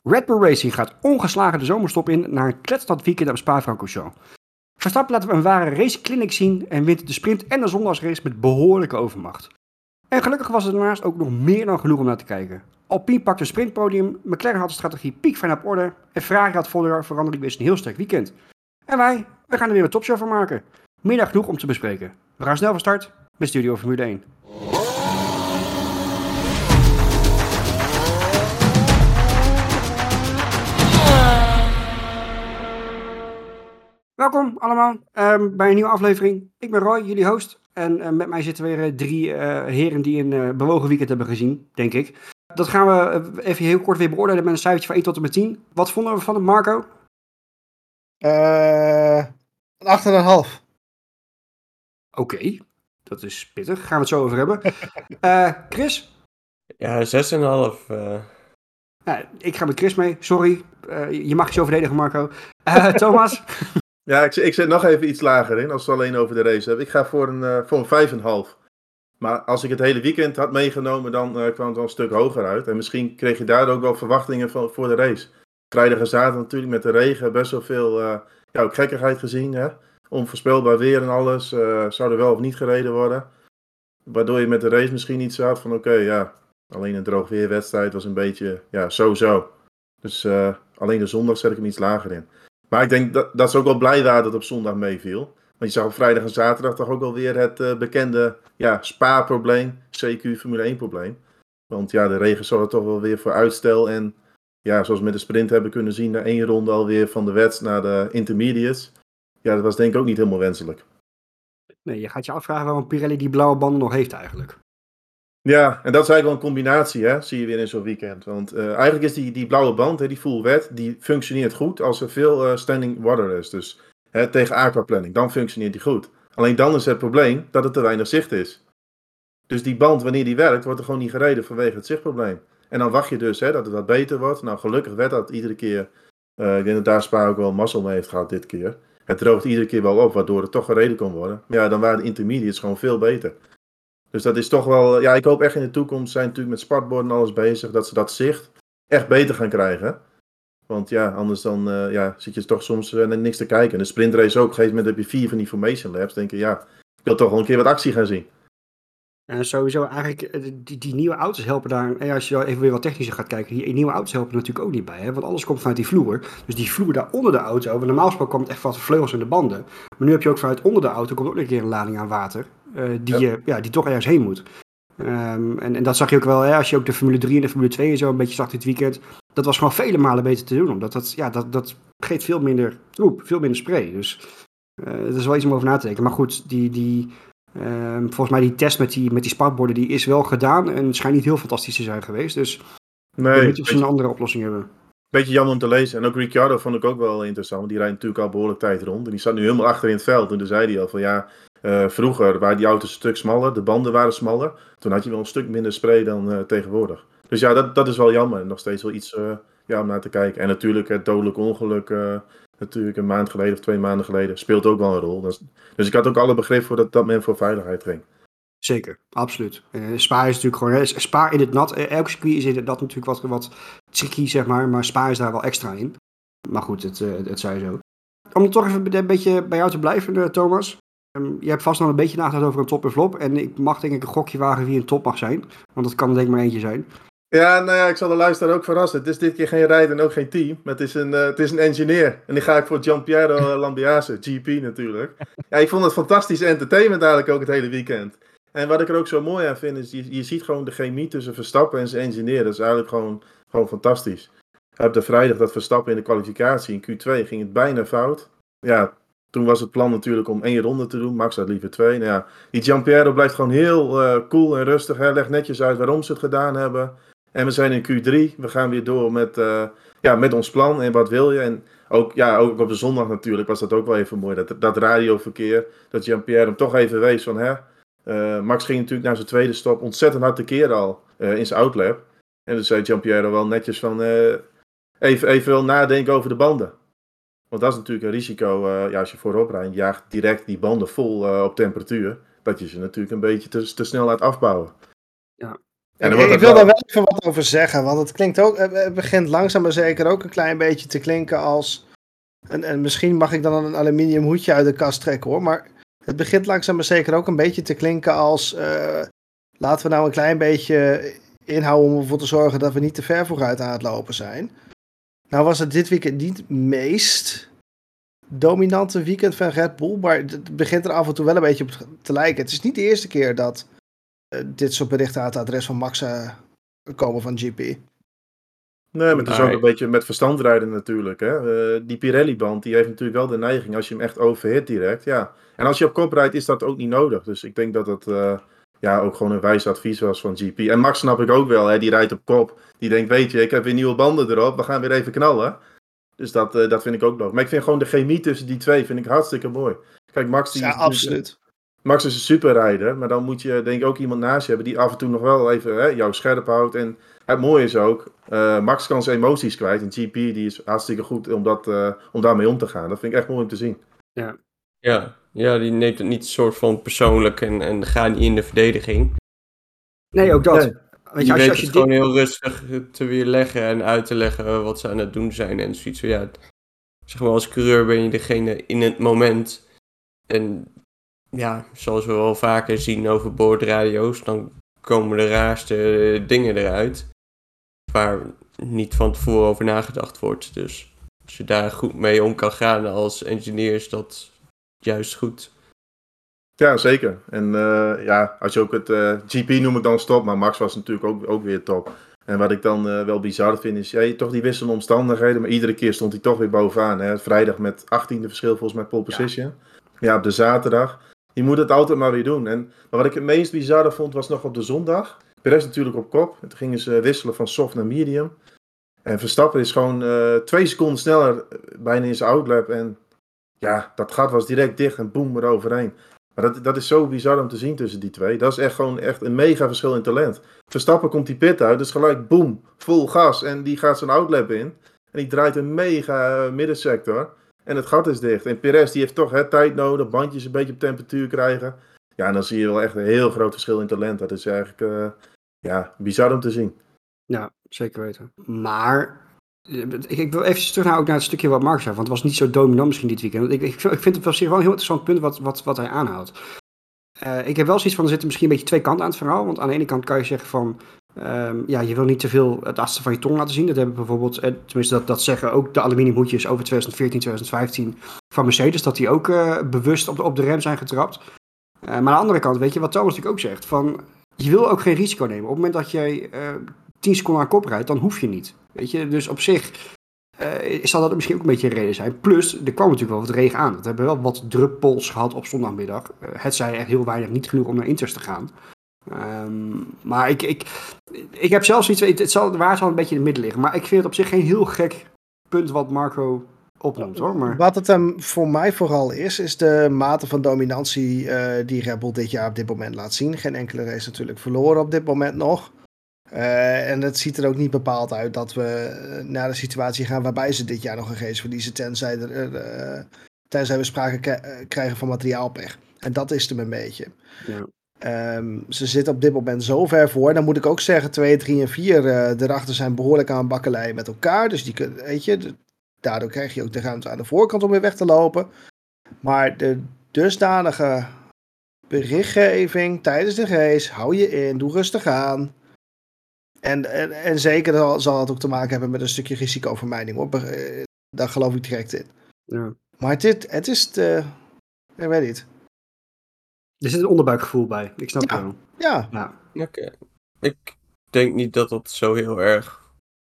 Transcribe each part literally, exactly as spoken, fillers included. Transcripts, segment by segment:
Red Bull Racing gaat ongeslagen de zomerstop in naar een kletsnat weekend op Spa-Francorchamps. Verstappen laten we een ware raceclinic zien en wint de sprint en de zondagsrace met behoorlijke overmacht. En gelukkig was het daarnaast ook nog meer dan genoeg om naar te kijken. Alpine pakte een sprintpodium, McLaren had de strategie piekfijn op orde en Ferrari had volle verandering wist een heel sterk weekend. En wij, we gaan er weer een topshow van maken. Meer dan genoeg om te bespreken. We gaan snel van start met Studio Formule één. Welkom allemaal um, bij een nieuwe aflevering. Ik ben Roy, jullie host. En uh, met mij zitten weer uh, drie uh, heren die een uh, bewogen weekend hebben gezien, denk ik. Dat gaan we uh, even heel kort weer beoordelen met een cijfertje van één tot en met tien. Wat vonden we van het, Marco? Uh, een acht komma vijf. Oké, okay, dat is pittig. Gaan we het zo over hebben. uh, Chris? Ja, zes komma vijf. Uh... Uh, ik ga met Chris mee, sorry. Uh, je mag je zo verdedigen, Marco. Uh, Thomas? Ja, ik, ik zet nog even iets lager in, als we het alleen over de race hebben. Ik ga voor een, uh, voor een vijf komma vijf. Maar als ik het hele weekend had meegenomen, dan uh, kwam het wel een stuk hoger uit. En misschien kreeg je daar ook wel verwachtingen van, voor de race. Vrijdag en zaterdag natuurlijk met de regen best wel veel uh, ja, ook gekkigheid gezien. Hè? Onvoorspelbaar weer en alles. Uh, zou er wel of niet gereden worden. Waardoor je met de race misschien iets had van oké, okay, ja, alleen een droogweerwedstrijd was een beetje ja, zo-zo. Dus uh, alleen de zondag zet ik hem iets lager in. Maar ik denk dat, dat ze ook wel blij waren dat het op zondag meeviel. Want je zag op vrijdag en zaterdag toch ook wel weer het uh, bekende ja, Spa-probleem, C Q Formule één-probleem. Want ja, de regen zorgde toch wel weer voor uitstel. En ja, zoals we met de sprint hebben kunnen zien, na één ronde alweer van de wets naar de intermediates. Ja, dat was denk ik ook niet helemaal wenselijk. Nee, je gaat je afvragen waarom Pirelli die blauwe banden nog heeft eigenlijk. Ja, en dat is eigenlijk wel een combinatie, hè, zie je weer in zo'n weekend. Want uh, eigenlijk is die, die blauwe band, hè, die full wet, die functioneert goed als er veel uh, standing water is. Dus hè, tegen aquaplaning, dan functioneert die goed. Alleen dan is het probleem dat er te weinig zicht is. Dus die band, wanneer die werkt, wordt er gewoon niet gereden vanwege het zichtprobleem. En dan wacht je dus hè, dat het wat beter wordt. Nou, gelukkig werd dat iedere keer. Uh, ik denk dat daar Spa ook wel mazzel mee heeft gehad dit keer. Het droogt iedere keer wel op, waardoor het toch gereden kon worden. Maar ja, dan waren de intermediates gewoon veel beter. Dus dat is toch wel, ja, ik hoop echt in de toekomst, zijn natuurlijk met spartborden en alles bezig, dat ze dat zicht echt beter gaan krijgen. Want ja, anders dan uh, ja, zit je toch soms uh, naar niks te kijken. En de sprintrace ook, op een gegeven moment heb je vier van die formation labs, denk je, ja, ik wil toch wel een keer wat actie gaan zien. En sowieso eigenlijk, die, die nieuwe auto's helpen daar, en als je even weer wat technischer gaat kijken, die nieuwe auto's helpen er natuurlijk ook niet bij, hè? Want alles komt vanuit die vloer. Dus die vloer daar onder de auto, want normaal gesproken kwam het echt van de vleugels en de banden. Maar nu heb je ook vanuit onder de auto, komt ook een keer een lading aan water, uh, die, ja. Uh, ja, die toch ergens heen moet. Um, en, en dat zag je ook wel, hè, als je ook de Formule drie en de Formule twee en zo een beetje zag dit weekend. Dat was gewoon vele malen beter te doen, omdat dat, ja, dat, dat geeft veel minder troep, veel minder spray. Dus uh, dat is wel iets om over na te denken. Maar goed, die... die Um, volgens mij die test met die, met die sparkborden die is wel gedaan en het schijnt niet heel fantastisch te zijn geweest. Dus nee, ik weet niet of ze een andere oplossing hebben. Beetje jammer om te lezen. En ook Ricciardo vond ik ook wel interessant. Want die rijdt natuurlijk al behoorlijk tijd rond. En die staat nu helemaal achter in het veld. En toen zei hij al van ja, uh, vroeger waren die auto's een stuk smaller. De banden waren smaller. Toen had je wel een stuk minder spray dan uh, tegenwoordig. Dus ja, dat, dat is wel jammer. En nog steeds wel iets uh, ja, om naar te kijken. En natuurlijk het dodelijk ongeluk... Uh, natuurlijk een maand geleden of twee maanden geleden speelt ook wel een rol. Dus, dus ik had ook alle begrip voor dat, dat men voor veiligheid ging. Zeker, absoluut. Uh, Spa is natuurlijk gewoon, hè, Spa in het nat, elk circuit is in het nat natuurlijk wat, wat tricky, zeg maar, maar Spa is daar wel extra in. Maar goed, het, uh, het zij zo. Om toch even een beetje bij jou te blijven, uh, Thomas. Um, je hebt vast nog een beetje nagedacht over een top en flop. En ik mag denk ik een gokje wagen wie een top mag zijn. Want dat kan er denk ik maar eentje zijn. Ja, nou ja, ik zal de luisteraar ook verrassen. Het is dit keer geen rijder en ook geen team. Maar het is een, uh, het is een engineer. En die ga ik voor Gianpiero Lambiase, G P natuurlijk. Ja, ik vond het fantastisch entertainment eigenlijk ook het hele weekend. En wat ik er ook zo mooi aan vind, is je, je ziet gewoon de chemie tussen Verstappen en zijn engineer. Dat is eigenlijk gewoon, gewoon fantastisch. Op de vrijdag dat Verstappen in de kwalificatie in Q twee ging het bijna fout. Ja, toen was het plan natuurlijk om één ronde te doen. Max had liever twee. Nou ja, die Gianpiero blijft gewoon heel uh, cool en rustig. Hij legt netjes uit waarom ze het gedaan hebben. En we zijn in Q drie. We gaan weer door met, uh, ja, met ons plan en wat wil je. En ook, ja, ook op de zondag natuurlijk was dat ook wel even mooi. Dat, dat radioverkeer, dat Gianpiero hem toch even wees van... Hè, uh, Max ging natuurlijk naar zijn tweede stop ontzettend hard tekeer al uh, in zijn outlap. En toen zei Gianpiero wel netjes van... Uh, even, even wel nadenken over de banden. Want dat is natuurlijk een risico. Uh, ja, als je voorop rijdt, jaagt direct die banden vol uh, op temperatuur. Dat je ze natuurlijk een beetje te, te snel laat afbouwen. Ja. En dan ik wordt ik het wil wel- daar wel even wat over zeggen, want het klinkt ook, het begint langzaam maar zeker ook een klein beetje te klinken als, en, en misschien mag ik dan een aluminium hoedje uit de kast trekken hoor, maar het begint langzaam maar zeker ook een beetje te klinken als, uh, laten we nou een klein beetje inhouden om ervoor te zorgen dat we niet te ver vooruit aan het lopen zijn. Nou was het dit weekend niet het meest dominante weekend van Red Bull, maar het begint er af en toe wel een beetje op te lijken. Het is niet de eerste keer dat uh, dit soort berichten aan het adres van Max uh, komen van G P. Nee, maar het is ook een beetje met verstand rijden natuurlijk. Hè? Uh, die Pirelli-band die heeft natuurlijk wel de neiging als je hem echt overhit direct. Ja. En als je op kop rijdt is dat ook niet nodig. Dus ik denk dat het uh, ja, ook gewoon een wijs advies was van G P. En Max snap ik ook wel, hè? Die rijdt op kop. Die denkt, weet je, ik heb weer nieuwe banden erop. We gaan weer even knallen. Dus dat, uh, dat vind ik ook nog. Maar ik vind gewoon de chemie tussen die twee vind ik hartstikke mooi. Kijk, Max die ja, is absoluut. Max is een superrijder, maar dan moet je denk ik ook iemand naast je hebben die af en toe nog wel even hè, jou scherp houdt. En het mooie is ook, uh, Max kan zijn emoties kwijt en G P die is hartstikke goed om, dat, uh, om daarmee om te gaan. Dat vind ik echt mooi om te zien. Ja, ja, ja die neemt het niet soort van persoonlijk en, en gaat niet in de verdediging. Nee, ook dat. Nee. Weet je, je als, weet als je het gewoon dit... heel rustig te weerleggen en uit te leggen wat ze aan het doen zijn en zoiets. Ja, zeg maar als coureur ben je degene in het moment. En ja, zoals we wel vaker zien over boordradio's, dan komen de raarste dingen eruit. Waar niet van tevoren over nagedacht wordt. Dus als je daar goed mee om kan gaan als engineer is dat juist goed. Ja, zeker. En uh, ja, als je ook het uh, G P noem ik dan stop, maar Max was natuurlijk ook, ook weer top. En wat ik dan uh, wel bizar vind is, ja, toch die wisselende omstandigheden, maar iedere keer stond hij toch weer bovenaan. Hè? Vrijdag met achttiende verschil volgens mij pole position. Ja. ja, op de zaterdag. Je moet het altijd maar weer doen. En, maar wat ik het meest bizarre vond was nog op de zondag. Perez natuurlijk op kop. En toen gingen ze wisselen van soft naar medium. En Verstappen is gewoon uh, twee seconden sneller bijna in zijn outlap. En ja, dat gat was direct dicht en boem eroverheen. Maar dat, dat is zo bizar om te zien tussen die twee. Dat is echt gewoon echt een mega verschil in talent. Verstappen komt die pit uit, dus gelijk boem, vol gas. En die gaat zijn outlap in. En die draait een mega uh, middensector. En het gat is dicht. En Perez die heeft toch hè, tijd nodig, bandjes een beetje op temperatuur krijgen. Ja, en dan zie je wel echt een heel groot verschil in talent. Dat is eigenlijk uh, ja, bizar om te zien. Ja, zeker weten. Maar ik, ik wil even terug naar, ook naar het stukje wat Mark zei, want het was niet zo dominant misschien dit weekend. Ik, ik, ik vind het op zich wel een heel interessant punt wat, wat, wat hij aanhaalt. Uh, ik heb wel zoiets van, er zitten misschien een beetje twee kanten aan het verhaal. Want aan de ene kant kan je zeggen van, um, ja, je wil niet te veel het achterste van je tong laten zien. Dat hebben bijvoorbeeld, eh, tenminste dat, dat zeggen ook de aluminiumhoedjes over twintig veertien, twintig vijftien van Mercedes. Dat die ook uh, bewust op de, op de rem zijn getrapt. Uh, maar aan de andere kant, weet je wat Thomas natuurlijk ook zegt, van je wil ook geen risico nemen. Op het moment dat jij uh, tien seconden aan kop rijdt, dan hoef je niet. Weet je, dus op zich uh, zal dat misschien ook een beetje een reden zijn. Plus, er kwam natuurlijk wel wat regen aan. We hebben wel wat druppels gehad op zondagmiddag. Uh, het zei echt heel weinig, niet genoeg om naar Inters te gaan. Um, maar ik, ik, ik heb zelfs iets, het zal, de waar zal een beetje in het midden liggen. Maar ik vind het op zich geen heel gek punt wat Marco opnoemt, hoor. Maar... Wat het hem voor mij vooral is, is de mate van dominantie uh, die Red Bull dit jaar op dit moment laat zien. Geen enkele race natuurlijk verloren op dit moment nog. Uh, en het ziet er ook niet bepaald uit dat we uh, naar de situatie gaan waarbij ze dit jaar nog een race verliezen, tenzij, er, uh, tenzij we sprake k- krijgen van materiaalpech. En dat is hem een beetje. Ja. Um, ze zitten op dit moment zo ver voor. Dan moet ik ook zeggen, twee, drie en vier uh, daarachter zijn behoorlijk aan bakkeleien met elkaar. Dus die kun, weet je, de, daardoor krijg je ook de ruimte aan de voorkant om weer weg te lopen. Maar de dusdanige berichtgeving tijdens de race, hou je in, doe rustig aan. En, en, en zeker zal, zal het ook te maken hebben met een stukje risicovermijding, hoor. Daar geloof ik direct in. Ja. Maar dit, het is te... Ik weet niet. Er zit een onderbuikgevoel bij. Ik snap ja. het wel. Ja. ja. Oké. Okay. Ik denk niet dat dat zo heel erg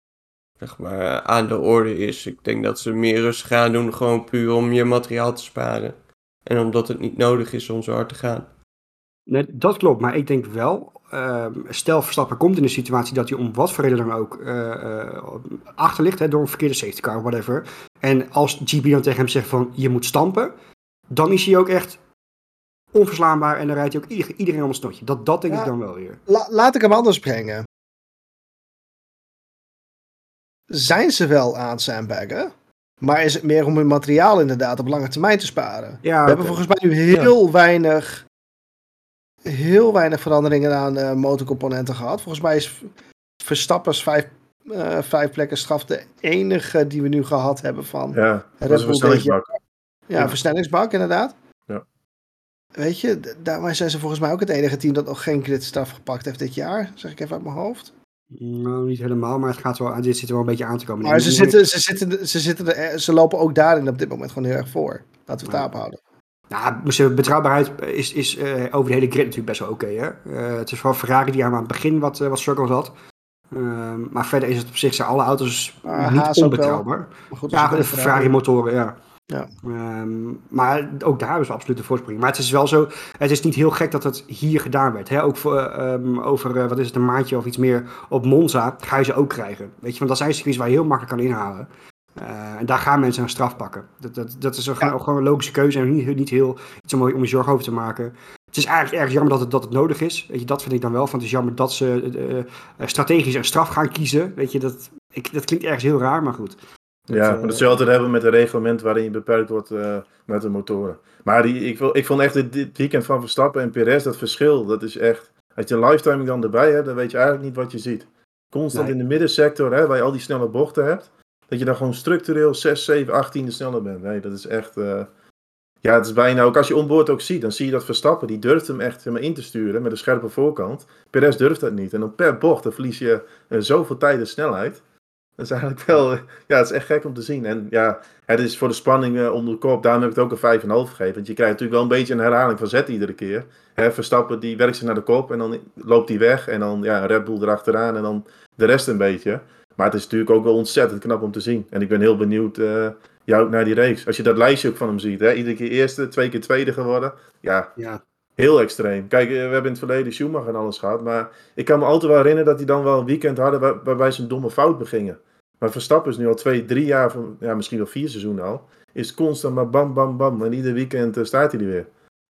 zeg maar, aan de orde is. Ik denk dat ze meer rustig gaan doen, gewoon puur om je materiaal te sparen. En omdat het niet nodig is om zo hard te gaan. Nee, dat klopt, maar ik denk wel, uh, stel Verstappen komt in een situatie dat hij om wat voor reden dan ook uh, uh, achter ligt, hè, door een verkeerde safety car of whatever. En als G P dan tegen hem zegt van je moet stampen, dan is hij ook echt onverslaanbaar en dan rijdt hij ook ieder, iedereen om het snotje. Dat, dat denk ja, ik dan wel weer. La, laat ik hem anders brengen. Zijn ze wel aan het sandbaggen? Maar is het meer om hun materiaal inderdaad op lange termijn te sparen? Ja, we okay. hebben volgens mij nu heel ja. weinig heel weinig veranderingen aan uh, motorcomponenten gehad. Volgens mij is Verstappen's vijf, uh, vijf plekken straf de enige die we nu gehad hebben van Ja, dat Red is een Bull versnellingsbak. Ja, ja, versnellingsbak inderdaad. Ja. Weet je, d- daarmee zijn ze volgens mij ook het enige team dat nog geen gridstraf gepakt heeft dit jaar. Zeg ik even uit mijn hoofd. Nou, niet helemaal, maar het gaat wel, dit zit er wel een beetje aan te komen. Maar ze, zitten, ze, zitten, ze, zitten er, ze lopen ook daarin op dit moment gewoon heel erg voor. Laten we het Ja. daarop houden. Nou, betrouwbaarheid is, is uh, over de hele grid natuurlijk best wel oké. Okay, uh, het is vooral Ferrari die aan het begin wat, uh, wat struggles had. Uh, maar verder is het op zich, zijn alle auto's uh, niet Haas onbetrouwbaar. Maar goed, ja, Ferrari motoren, ja. ja. Um, maar ook daar is absoluut de voorsprong. Maar het is wel zo, het is niet heel gek dat het hier gedaan werd. Hè? Ook voor, um, over, uh, wat is het, een maandje of iets meer op Monza ga je ze ook krijgen. Weet je, want dat zijn circuits waar je heel makkelijk kan inhalen. Uh, en daar gaan mensen een straf pakken. Dat, dat, dat is een, ja. gewoon een logische keuze en niet, niet heel iets om, om je zorgen over te maken. Het is eigenlijk erg jammer dat het, dat het nodig is. Weet je, dat vind ik dan wel. Van het is jammer dat ze uh, uh, strategisch een straf gaan kiezen. Weet je, dat, ik, dat klinkt ergens heel raar, maar goed. Dat, ja, maar dat zul je altijd hebben met een reglement waarin je beperkt wordt uh, met de motoren. Maar die, ik, ik vond echt dit, dit weekend van Verstappen en Perez, dat verschil, dat is echt... Als je een lifetiming dan erbij hebt, dan weet je eigenlijk niet wat je ziet. Constant nee. in de middensector, hè, waar je al die snelle bochten hebt, dat je dan gewoon structureel zes, zeven, achttiende sneller bent. Nee, dat is echt... Uh, ja, het is bijna ook... Als je onboard ook ziet, dan zie je dat Verstappen, die durft hem echt helemaal in te sturen met een scherpe voorkant. Perez durft dat niet. En dan per bocht, dan verlies je uh, zoveel tijd en snelheid. Dat is eigenlijk wel... Ja, het is echt gek om te zien. En ja, het is voor de spanning uh, om de kop, daarom heb ik het ook een vijf komma vijf gegeven. Want je krijgt natuurlijk wel een beetje een herhaling van zet iedere keer. Hè, Verstappen, die werkt zich naar de kop en dan loopt hij weg. En dan ja, Red Bull erachteraan en dan de rest een beetje. Maar het is natuurlijk ook wel ontzettend knap om te zien. En ik ben heel benieuwd uh, ja, ook naar die race. Als je dat lijstje ook van hem ziet. Hè? Iedere keer eerste, twee keer tweede geworden. Ja, ja, heel extreem. Kijk, we hebben in het verleden Schumacher en alles gehad. Maar ik kan me altijd wel herinneren dat hij dan wel een weekend hadden waar, waarbij ze een domme fout begingen. Maar Verstappen is nu al twee, drie jaar, van, ja, misschien wel vier seizoenen al. Is constant maar bam, bam, bam. En ieder weekend uh, staat hij er weer.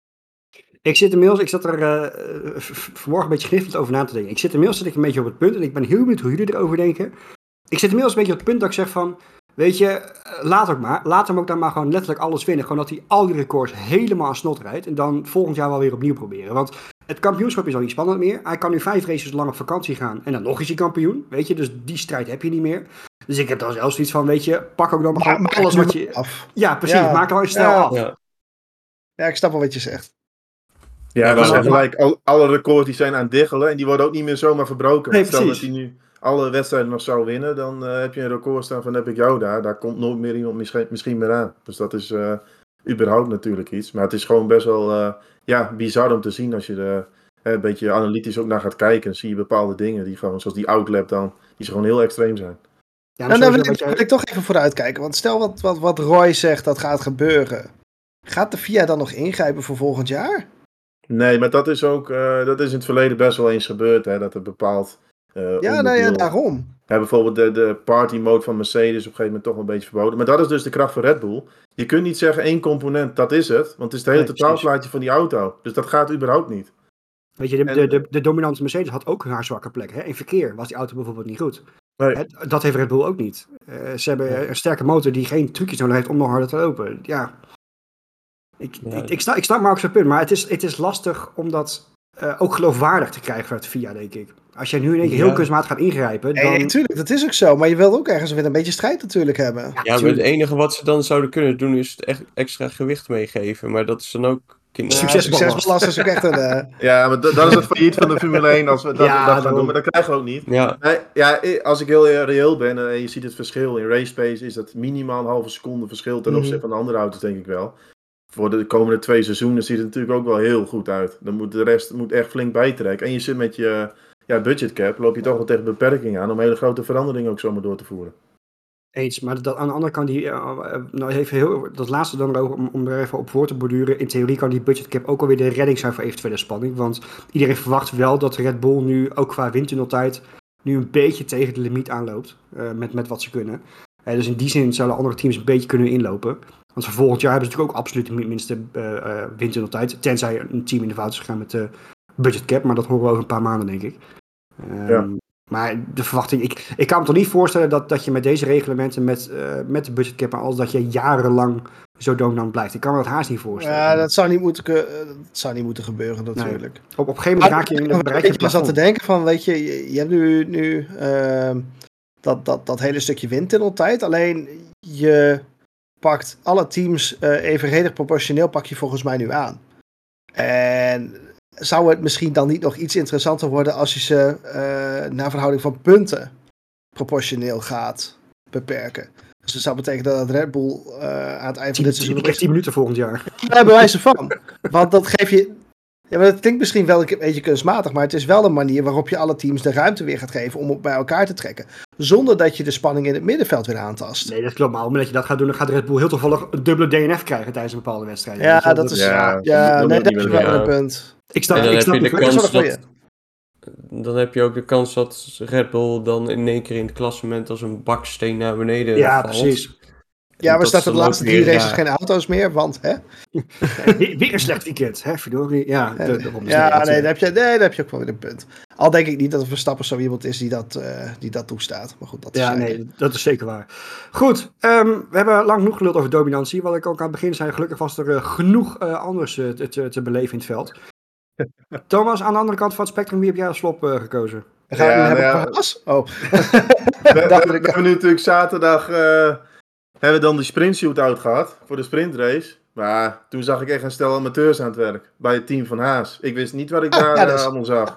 Ik zit inmiddels, ik zat er uh, vanmorgen een beetje gniffeld over na te denken. Ik zit inmiddels zit ik een beetje op het punt en ik ben heel benieuwd hoe jullie erover denken. Ik zit inmiddels een beetje op het punt dat ik zeg van, weet je, laat ook maar. Laat hem ook dan maar gewoon letterlijk alles winnen. Gewoon dat hij al die records helemaal aan snot rijdt en dan volgend jaar wel weer opnieuw proberen. Want het kampioenschap is al niet spannend meer. Hij kan nu vijf races lang op vakantie gaan en dan nog is hij kampioen, weet je. Dus die strijd heb je niet meer. Dus ik heb dan zelfs zoiets van, weet je, pak ook dan maar, maar alles wat je... Af. Ja, precies, ja. Maak er wel snel ja. af. Ja. ja, ik snap wel wat je zegt. Ja, ja, maar gelijk, al, alle records die zijn aan het diggelen en die worden ook niet meer zomaar verbroken. Nee, stel dat hij nu alle wedstrijden nog zou winnen, dan uh, heb je een record staan van heb ik jou daar. Daar komt nooit meer iemand misschien, misschien meer aan. Dus dat is uh, überhaupt natuurlijk iets. Maar het is gewoon best wel uh, ja, bizar om te zien als je er uh, een beetje analytisch ook naar gaat kijken. Dan zie je bepaalde dingen die gewoon, zoals die outlap dan, die gewoon heel extreem zijn. Ja, nou, dan wil ik, wil ik toch even vooruitkijken. Want stel wat, wat, wat Roy zegt dat gaat gebeuren. Gaat de F I A dan nog ingrijpen voor volgend jaar? Nee, maar dat is ook uh, dat is in het verleden best wel eens gebeurd. Hè, dat er bepaald uh, ja, nou ja, daarom. Ja, bijvoorbeeld de, de party mode van Mercedes op een gegeven moment toch wel een beetje verboden. Maar dat is dus de kracht van Red Bull. Je kunt niet zeggen één component, dat is het. Want het is het hele nee, totaalplaatje van die auto. Dus dat gaat überhaupt niet. Weet je, de, en, de, de, de dominante Mercedes had ook haar zwakke plek. Hè? In verkeer was die auto bijvoorbeeld niet goed. Nee. Hè? Dat heeft Red Bull ook niet. Uh, ze hebben nee. een sterke motor die geen trucjes nodig heeft om nog harder te lopen. Ja... Ik, ja. ik, ik, snap, ik snap maar ook zo'n punt, maar het is, het is lastig om dat uh, ook geloofwaardig te krijgen vanuit de F I A, denk ik. Als jij nu in één keer ja. heel kunstmatig gaat ingrijpen, dan... Nee, natuurlijk, dat is ook zo, maar je wilt ook ergens weer een beetje strijd natuurlijk hebben. Ja, ja maar het enige wat ze dan zouden kunnen doen is echt extra gewicht meegeven, maar dat is dan ook... Ja, Succesbelast is ook echt een... Uh... Ja, maar dat, dat is het failliet van de Formule één als we dat, ja, dat gaan dan... doen, maar dat krijgen we ook niet. Ja, nee, ja als ik heel reëel ben en je ziet het verschil in race pace, is dat minimaal een halve seconde verschil ten opzichte mm-hmm. van de andere auto's, denk ik wel. Voor de komende twee seizoenen ziet het natuurlijk ook wel heel goed uit. Dan moet de rest moet echt flink bijtrekken. En je zit met je ja, budgetcap, loop je toch wel tegen beperkingen aan om hele grote veranderingen ook zomaar door te voeren. Eens, maar dat, aan de andere kant, die, uh, nou even heel, dat laatste dan ook, om, om er even op voor te borduren. In theorie kan die budgetcap ook alweer de redding zijn voor eventuele spanning. Want iedereen verwacht wel dat Red Bull nu, ook qua windtunneltijd, nu een beetje tegen de limiet aanloopt. Uh, met, met wat ze kunnen. Uh, dus in die zin zouden andere teams een beetje kunnen inlopen. Want voor volgend jaar hebben ze natuurlijk ook absoluut de minste uh, uh, windtunneltijd. Tenzij een team in de fout is gegaan met de budgetcap. Maar dat horen we over een paar maanden, denk ik. Um, ja. Maar de verwachting, ik, ik kan me toch niet voorstellen dat, dat je met deze reglementen, met, uh, met de budgetcap en alles, dat je jarenlang zo dominant blijft. Ik kan me dat haast niet voorstellen. Ja, dat zou niet moeten, dat zou niet moeten gebeuren natuurlijk. Nee. Op, op een gegeven moment raak je in het bereik. Ik was aan te denken van, weet je, je, je hebt nu, nu uh, dat, dat, dat hele stukje windtunneltijd. Alleen je pakt alle teams uh, evenredig proportioneel pak je volgens mij nu aan. En zou het misschien dan niet nog iets interessanter worden als je ze uh, naar verhouding van punten proportioneel gaat beperken? Dus dat zou betekenen dat Red Bull uh, aan het eind van dit seizoen... tien, tien minuten volgend jaar. Ja, bij wijze van. Want dat geef je... Ja, maar dat klinkt misschien wel een beetje kunstmatig, maar het is wel een manier waarop je alle teams de ruimte weer gaat geven om op bij elkaar te trekken. Zonder dat je de spanning in het middenveld weer aantast. Nee, dat klopt. Maar op het moment dat je dat gaat doen, dan gaat Red Bull heel toevallig een dubbele D N F krijgen tijdens een bepaalde wedstrijd. Ja, dus dat, dat is... Ja, ja, dat nee, moet dat niet is meer wel doen. een punt. Ik snap, En dan ik heb snap je de die kans dat is wel dat... Dan heb je ook de kans dat Red Bull dan in één keer in het klassement als een baksteen naar beneden Ja, valt. precies. Ja, we dat starten is de dan laatste ook drie weer races raar. geen auto's meer, want hè? weer, weer een slecht weekend, hè, verdorie. Ja, de, de, de, ja de, nee, daar heb je, nee, daar heb je ook wel weer een punt. Al denk ik niet dat Verstappen zo iemand is die dat, uh, die dat toestaat. Maar goed, dat is Ja, nee, dat is zeker waar. Goed, um, we hebben lang genoeg geluld over dominantie. Wat ik ook aan het begin zei, gelukkig was er uh, genoeg uh, anders uh, te, te, te beleven in het veld. Thomas, aan de andere kant van het spectrum, wie heb jij als slop uh, gekozen? Dan gaan we Ja, nu hebben nou ja. Haas? Oh. we, we, we hebben nu natuurlijk zaterdag uh, hebben we dan de sprint shootout gehad voor de sprintrace. Maar toen zag ik echt een stel amateurs aan het werk bij het team van Haas. Ik wist niet wat ik daar Ja, uh, dus. allemaal zag.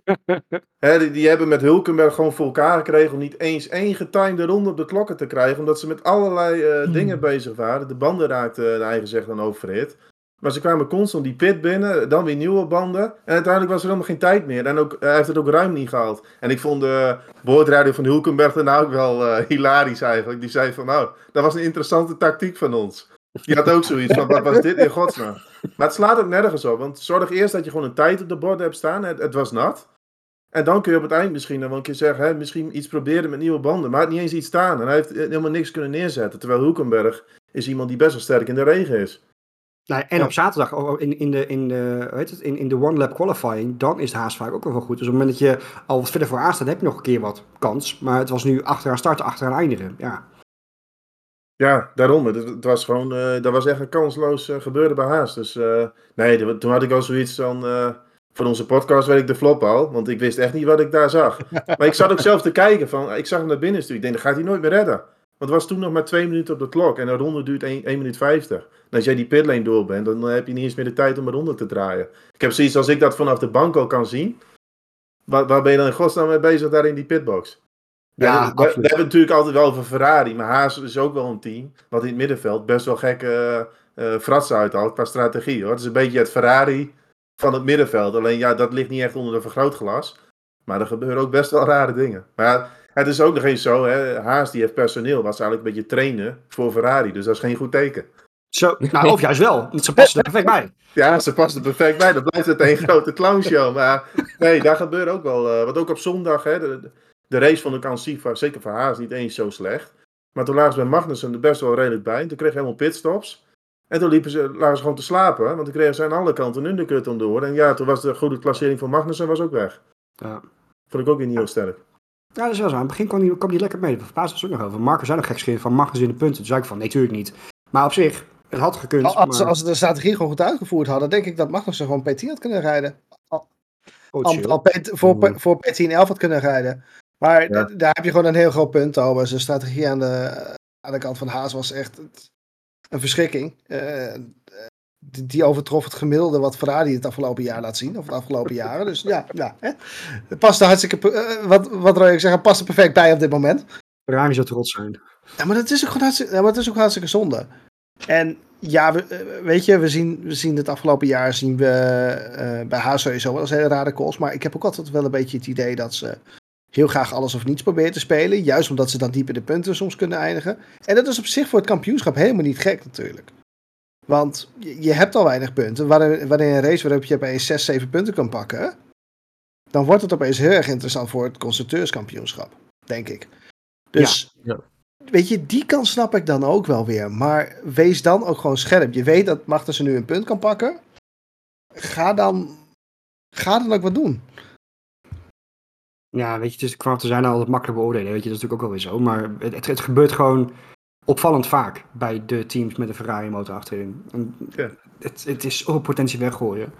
Hè, die, die hebben met Hulkenberg gewoon voor elkaar gekregen om niet eens één getimede ronde op de klokken te krijgen. Omdat ze met allerlei uh, hmm. dingen bezig waren. De banden raakten uh, eigen zeg dan overhit. Maar ze kwamen constant die pit binnen, dan weer nieuwe banden. En uiteindelijk was er helemaal geen tijd meer. En ook, hij heeft het ook ruim niet gehaald. En ik vond de boordradio van Hulkenberg daarna ook wel uh, hilarisch eigenlijk. Die zei van, nou, dat was een interessante tactiek van ons. Die had ook zoiets van, wat was dit in godsnaam? Maar het slaat ook nergens op. Want zorg eerst dat je gewoon een tijd op de borden hebt staan. Het, het was nat. En dan kun je op het eind misschien nog een keer zeggen, hè, misschien iets proberen met nieuwe banden. Maar hij had niet eens iets staan. En hij heeft helemaal niks kunnen neerzetten. Terwijl Hulkenberg is iemand die best wel sterk in de regen is. Nou, en ja. op zaterdag in, in, de, in, de, weet het, in, in de one lap qualifying, dan is de Haas vaak ook wel goed. Dus op het moment dat je al wat verder vooraan staat, heb je nog een keer wat kans. Maar het was nu achteraan starten, achteraan eindigen. Ja, ja daarom. Het, het was gewoon, uh, dat was echt een kansloos uh, gebeuren bij Haas. Dus uh, nee, de, toen had ik al zoiets van, uh, voor onze podcast weet ik de flop al. Want ik wist echt niet wat ik daar zag. Maar ik zat ook zelf te kijken, van, ik zag hem naar binnen sturen. Ik denk, dat gaat hij nooit meer redden. Want het was toen nog maar twee minuten op de klok. En een ronde duurt één minuut vijftig. En als jij die pitlane door bent, dan heb je niet eens meer de tijd om een ronde te draaien. Ik heb zoiets als ik dat vanaf de bank al kan zien. Waar, waar ben je dan in godsnaam mee bezig daar in die pitbox? Ja, we, we, we hebben het natuurlijk altijd wel over Ferrari. Maar Haas is ook wel een team. Wat in het middenveld best wel gekke uh, uh, fratsen uithaalt qua strategie. Hoor. Het is een beetje het Ferrari van het middenveld. Alleen ja, dat ligt niet echt onder een vergrootglas. Maar er gebeuren ook best wel rare dingen. Maar ja, het is ook nog eens zo, hè. Haas die heeft personeel, wat ze eigenlijk een beetje trainen voor Ferrari. Dus dat is geen goed teken. Zo, nou, of juist wel. Ze passen er perfect bij. Ja, ze passen er perfect bij. Dan blijft het een grote clownshow. Maar nee, daar gebeurt ook wel. Uh, wat ook op zondag, hè. De, de race vond ik aan zich, zeker voor Haas, niet eens zo slecht. Maar toen lagen ze bij Magnussen er best wel redelijk bij. Toen kreeg je helemaal pitstops. En toen liepen ze, lagen ze gewoon te slapen. Want toen kregen ze aan alle kanten een undercut onderdoor. En ja, toen was de goede klassering van Magnussen was ook weg. Ja. Vond ik ook weer niet heel sterk. Ja, dat is wel zo. Aan het begin kwam hij, kwam hij lekker mee. Daar verbaasde ze ook nog over. Marcus zei nog gek geschreven van Magnus in de punten. Toen zei ik van, nee, natuurlijk niet. Maar op zich, het had gekund. Als, maar... ze, als ze de strategie gewoon goed uitgevoerd hadden, denk ik dat Magnussen gewoon P tien had kunnen rijden. Al, oh, al, al P, voor, mm. voor P tien elf had kunnen rijden. Maar ja. d- daar heb je gewoon een heel groot punt over. Zijn strategie aan de, aan de kant van Haas was echt een verschrikking. Uh, die, die overtrof het gemiddelde wat Ferrari het afgelopen jaar laat zien. Of de afgelopen jaren. Dus ja, ja hè. Het past er hartstikke, uh, wat, wat wil ik zeggen, past er perfect bij op dit moment. Ferrari zou trots zijn. Ja, maar dat is ook gewoon hartstikke, ja, maar het is ook hartstikke zonde. En ja, we, weet je, we zien, we zien het afgelopen jaar zien we uh, bij Haas sowieso wel eens hele rare calls. Maar ik heb ook altijd wel een beetje het idee dat ze heel graag alles of niets proberen te spelen. Juist omdat ze dan diep in de punten soms kunnen eindigen. En dat is op zich voor het kampioenschap helemaal niet gek natuurlijk. Want je, je hebt al weinig punten. Wanneer, wanneer een race waarop je opeens zes, zeven punten kan pakken, dan wordt het opeens heel erg interessant voor het constructeurskampioenschap. Denk ik. Dus... Ja, ja. Weet je, die kant snap ik dan ook wel weer. Maar wees dan ook gewoon scherp. Je weet dat Magnussen nu een punt kan pakken. Ga dan, ga dan ook wat doen. Ja, weet je, het is qua te zijn altijd makkelijk beoordelen. Weet je, dat is natuurlijk ook wel weer zo. Maar het, het, het gebeurt gewoon opvallend vaak bij de teams met een Ferrari motor achterin. En Ja. het, het is ook potentie weggooien.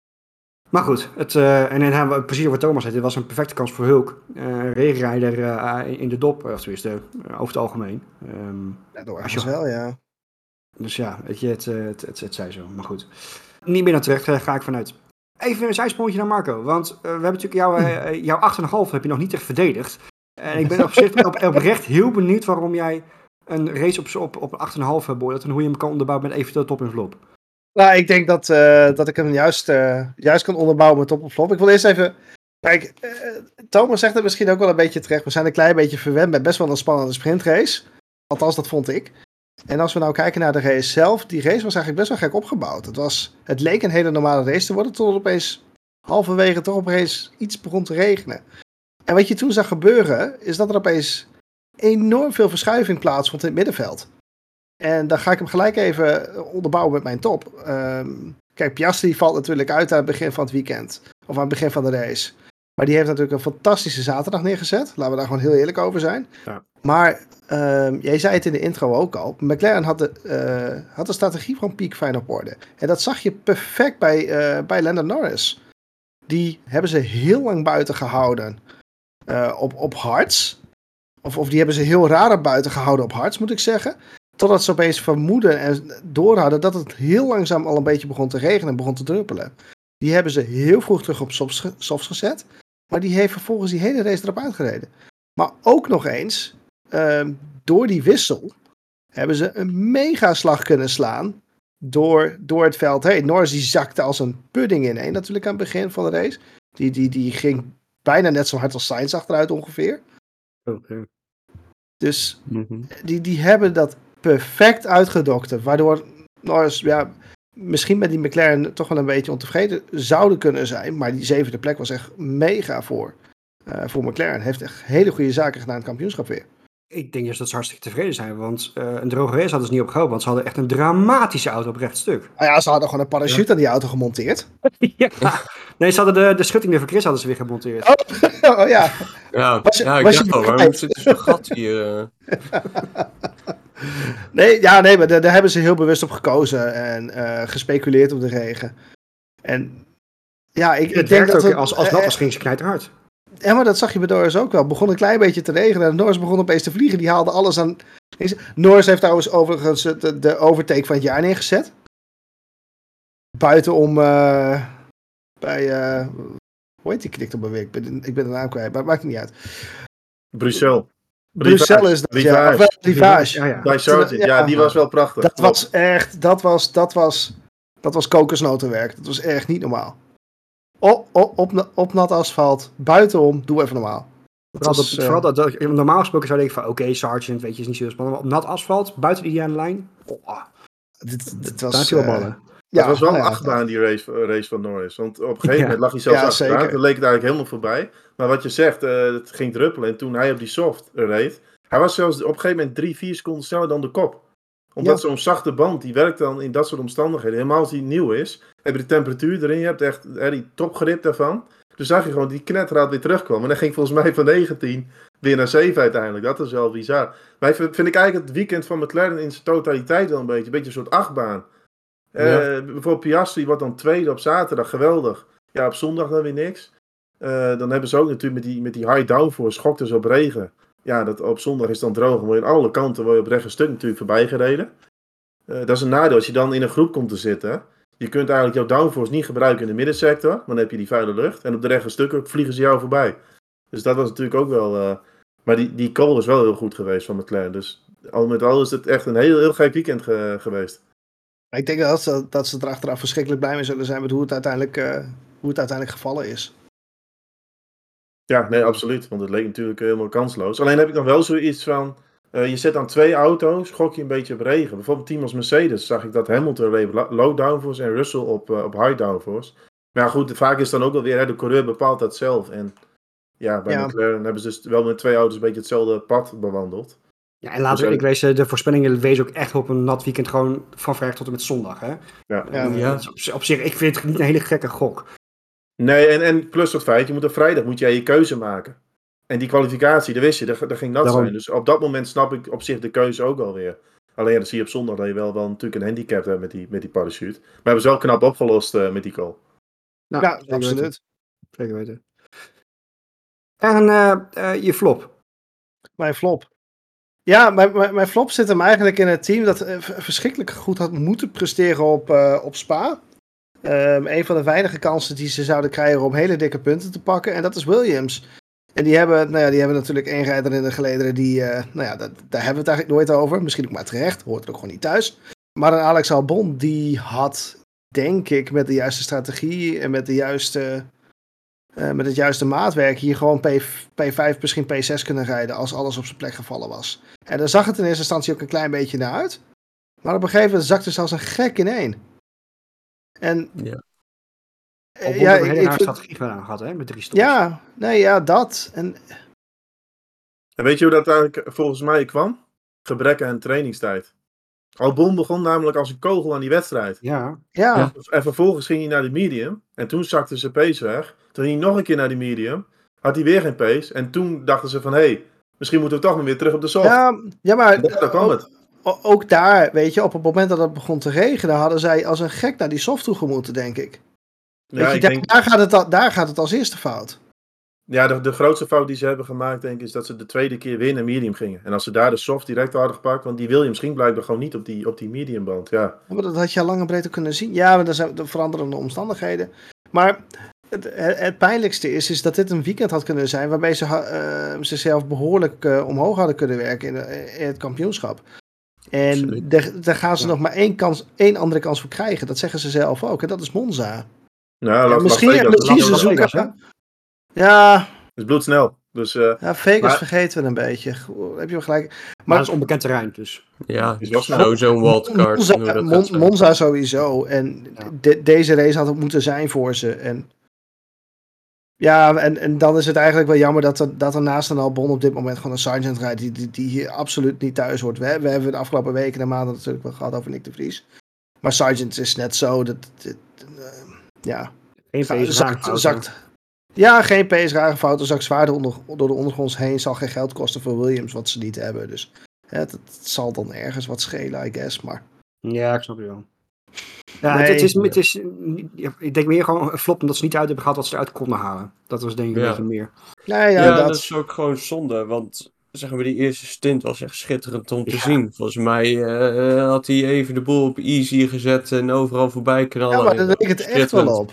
Maar goed, het, uh, en dan hebben we precies over Thomas. Het was een perfecte kans voor Hulk. Uh, regenrijder uh, in de dop, of tenminste, uh, over het algemeen. Um, ja, doorgaans wel, ja. Dus ja, weet je, het, het, het, het zij zo. Maar goed, niet meer naar terecht, uh, ga ik vanuit. Even een zijsprongetje naar Marco. Want uh, we hebben natuurlijk jou, uh, jouw acht komma vijf heb je nog niet echt verdedigd. En ik ben op zich op, oprecht heel benieuwd waarom jij een race op, op, op acht komma vijf beoordeelt. En hoe je hem kan onderbouwen met eventueel top en flop. Nou, ik denk dat, uh, dat ik hem juist, uh, juist kan onderbouwen met top of flop. Ik wil eerst even... Kijk, uh, Thomas zegt het misschien ook wel een beetje terecht. We zijn een klein beetje verwend met best wel een spannende sprintrace. Althans, dat vond ik. En als we nou kijken naar de race zelf. Die race was eigenlijk best wel gek opgebouwd. Het, was, het leek een hele normale race te worden. Tot opeens halverwege toch opeens iets begon te regenen. En wat je toen zag gebeuren, is dat er opeens enorm veel verschuiving plaatsvond in het middenveld. En dan ga ik hem gelijk even onderbouwen met mijn top. Um, kijk, Piastri valt natuurlijk uit aan het begin van het weekend. Of aan het begin van de race. Maar die heeft natuurlijk een fantastische zaterdag neergezet. Laten we daar gewoon heel eerlijk over zijn. Ja. Maar um, jij zei het in de intro ook al. McLaren had de, uh, had de strategie van piekfijn op orde. En dat zag je perfect bij, uh, bij Lando Norris. Die hebben ze heel lang buiten gehouden uh, op, op hards. Of, of die hebben ze heel raar buiten gehouden op hards, moet ik zeggen. Totdat ze opeens vermoeden en doorhadden dat het heel langzaam al een beetje begon te regenen en begon te druppelen. Die hebben ze heel vroeg terug op softs, softs gezet. Maar die heeft vervolgens die hele race erop uitgereden. Maar ook nog eens, uh, door die wissel, hebben ze een megaslag kunnen slaan door, door het veld heen. Norris die zakte als een pudding ineen natuurlijk aan het begin van de race. Die, die, die ging bijna net zo hard als Sainz achteruit ongeveer. Okay. Dus Mm-hmm. die, die hebben dat perfect uitgedokterd. Waardoor Norris ja, misschien met die McLaren toch wel een beetje ontevreden zouden kunnen zijn. Maar die zevende plek was echt mega voor, uh, voor McLaren. Heeft echt hele goede zaken gedaan in het kampioenschap weer. Ik denk juist dat ze hartstikke tevreden zijn. Want uh, een droge race hadden ze niet op gehoopt. Want ze hadden echt een dramatische auto op rechtstuk. Nou ja, ze hadden gewoon een parachute ja. aan die auto gemonteerd. Ja. Nee, ze hadden de, de schutting van Chris hadden ze weer gemonteerd. Oh, oh ja. Ja, was je, ja ik was dacht al, waarom zit er zo'n gat hier? Uh... nee, ja, nee, maar daar, daar hebben ze heel bewust op gekozen. En uh, gespeculeerd op de regen. En ja, ik, het ik denk dat... ook, het, als, als nat was, ging ze knijterhard. Ja, maar dat zag je bij Norris ook wel. Het begon een klein beetje te regenen en Norris begon opeens te vliegen. Die haalde alles aan... Norris heeft trouwens overigens de, de overtake van het jaar neergezet. Buitenom uh, bij... Uh, hoe heet die knikt op mijn weer? Ik ben, ik ben de naam kwijt, maar het maakt niet uit. Bruxelles. Bruxelles is dat, Rivage. ja. Of, Rivage. Ja, ja. Bij Sargent. Ja, ja, die was wel prachtig. Dat was echt... Dat was... Dat was, dat was kokosnotenwerk. Dat was echt niet normaal. Op, op, op, op nat asfalt, buitenom, doe even normaal. Dat vooral, was, dat, uh, vooral dat, dat, normaal gesproken zou je denken van, oké, okay, Sargent, weet je, is niet zo spannend. Maar op nat asfalt, buiten de ideale lijn, oh, dit, dit was... Daar heb je wel ballen. Uh, ja, het was wel een ja, achtbaan, die race, race van Norris. Want op een gegeven moment ja. lag hij zelfs ja, achteraan. Toen leek het eigenlijk helemaal voorbij. Maar wat je zegt, uh, het ging druppelen. En toen hij op die soft reed, hij was zelfs op een gegeven moment drie, vier seconden sneller dan de kop. Omdat ja. zo'n zachte band, die werkt dan in dat soort omstandigheden. Helemaal als die nieuw is, heb je de temperatuur erin, je hebt echt hè, die topgrip daarvan. Dus zag je gewoon die knetterraad weer terugkwam. En dan ging volgens mij van negentien weer naar zeven uiteindelijk. Dat is wel bizar. Maar vind ik eigenlijk het weekend van McLaren in zijn totaliteit wel een beetje. Een beetje een soort achtbaan. Ja. Uh, bijvoorbeeld Piastri wordt dan tweede op zaterdag. Geweldig. Ja, op zondag dan weer niks. Uh, dan hebben ze ook natuurlijk met die, met die high downforce, schokten ze op regen. Ja, dat op zondag is dan droog. Dan word je aan alle kanten word je op recht stuk natuurlijk voorbij gereden. Uh, dat is een nadeel als je dan in een groep komt te zitten. Je kunt eigenlijk jouw downforce niet gebruiken in de middensector. Want dan heb je die vuile lucht. En op de rechte stukken vliegen ze jou voorbij. Dus dat was natuurlijk ook wel... Uh, maar die, die call is wel heel goed geweest van McLaren. Dus al met al is het echt een heel, heel gek weekend ge, geweest. Ik denk dat ze, dat ze er achteraf verschrikkelijk blij mee zullen zijn met hoe het uiteindelijk, uh, hoe het uiteindelijk gevallen is. Ja, nee, absoluut. Want het leek natuurlijk helemaal kansloos. Alleen heb ik dan wel zoiets van... Uh, je zet dan twee auto's, gok je een beetje op regen. Bijvoorbeeld team als Mercedes zag ik dat Hamilton reed low downforce en Russell op, uh, op high downforce. Maar ja, goed, vaak is dan ook wel weer, hè, de coureur bepaalt dat zelf. En ja, bij ja. McLaren hebben ze dus wel met twee auto's een beetje hetzelfde pad bewandeld. Ja, en laten we ik wees, de voorspellingen wezen ook echt op een nat weekend gewoon van vrijdag tot en met zondag, hè? Ja. ja, ja. Op, op zich, ik vind het niet een hele gekke gok. Nee, en, en plus het feit, je moet op vrijdag moet jij je keuze maken. En die kwalificatie, dat wist je, dat, dat ging nat Daarom. zijn. Dus op dat moment snap ik op zich de keuze ook alweer. Alleen ja, dan zie je op zondag dat je wel, wel natuurlijk een handicap hebt met die, met die parachute. Maar hebben ze wel knap opgelost uh, met die call. Nou, Ja, zeker absoluut. Weten. Zeker weten. En uh, uh, je flop. Mijn flop. Ja, mijn, mijn, mijn flop zit hem eigenlijk in het team dat uh, verschrikkelijk goed had moeten presteren op, uh, op Spa. Um, een van de weinige kansen die ze zouden krijgen om hele dikke punten te pakken. En dat is Williams. En die hebben, nou ja, die hebben natuurlijk één rijder in de gelederen die, uh, nou ja, dat, daar hebben we het eigenlijk nooit over. Misschien ook maar terecht, hoort er ook gewoon niet thuis. Maar een Alex Albon, die had, denk ik, met de juiste strategie en met de juiste, uh, met het juiste maatwerk hier gewoon P, P vijf, misschien P zes kunnen rijden als alles op zijn plek gevallen was. En daar zag het in eerste instantie ook een klein beetje naar uit. Maar op een gegeven moment zakte ze als een gek ineen. En ja. Albon ja, hebben we een hele rare strategie gedaan gehad, hè, met drie stops. Ja, nee, ja, dat. En... en weet je hoe dat eigenlijk volgens mij kwam? Gebrek aan trainingstijd. Albon begon namelijk als een kogel aan die wedstrijd. Ja. Ja. Ja. En vervolgens ging hij naar de medium. En toen zakte zijn pace weg. Toen ging hij nog een keer naar die medium. Had hij weer geen pace. En toen dachten ze van, hé, hey, misschien moeten we toch nog weer terug op de soft. Ja, ja maar dat, daar kwam ook, het. Ook daar, weet je, op het moment dat het begon te regenen, hadden zij als een gek naar die soft toe gemoeten, denk ik. Ja, je, ik daar, denk... daar, gaat het al, daar gaat het als eerste fout. Ja, de, de grootste fout die ze hebben gemaakt, denk ik, is dat ze de tweede keer weer naar medium gingen. En als ze daar de soft direct hadden gepakt, want die Williams ging blijkbaar gewoon niet op die, op die mediumband, ja. Ja, maar dat had je al lang en breed kunnen zien. Ja, maar dat zijn de veranderende omstandigheden. Maar het, het pijnlijkste is, is dat dit een weekend had kunnen zijn waarbij ze uh, zichzelf behoorlijk uh, omhoog hadden kunnen werken in, de, in het kampioenschap. En daar gaan ze ja. nog maar één, kans, één andere kans voor krijgen. Dat zeggen ze zelf ook. En dat is Monza. Nou, ja, laat, misschien laat misschien ze zoeken. Ja. Het is bloedsnel. Dus, uh, ja, Vegas maar... vergeten we een beetje. Heb je wel gelijk. Maar, maar dat is onbekend terrein, dus. Ja, is wel sowieso een wildcard. Monza, Mon, Monza sowieso. En ja. de, deze race had het moeten zijn voor ze. En ja, en, en dan is het eigenlijk wel jammer dat er, dat er naast een Albon op dit moment gewoon een Sargent rijdt die, die, die hier absoluut niet thuis hoort. We, we hebben de afgelopen weken en maanden natuurlijk wel gehad over Nick de Vries. Maar Sargent is net zo, dat, dat uh, ja, geen P S zakt, zakt. Ja, geen P S fouten, zakt zwaar door, door de ondergronds heen, zal geen geld kosten voor Williams, wat ze niet hebben. Dus ja, het, het zal dan ergens wat schelen, I guess, maar... Ja, ik snap je wel. Ja, nee. het, het, is, het is, ik denk meer gewoon een flop omdat ze niet uit hebben gehaald wat ze eruit konden halen. Dat was denk ik ja. een beetje meer. Nee, ja, ja dat... dat is ook gewoon zonde, want zeg maar, die eerste stint was echt schitterend om te ja. zien. Volgens mij uh, had hij even de boel op easy gezet en overal voorbij knallen. Ja, maar daar leek het echt wel op.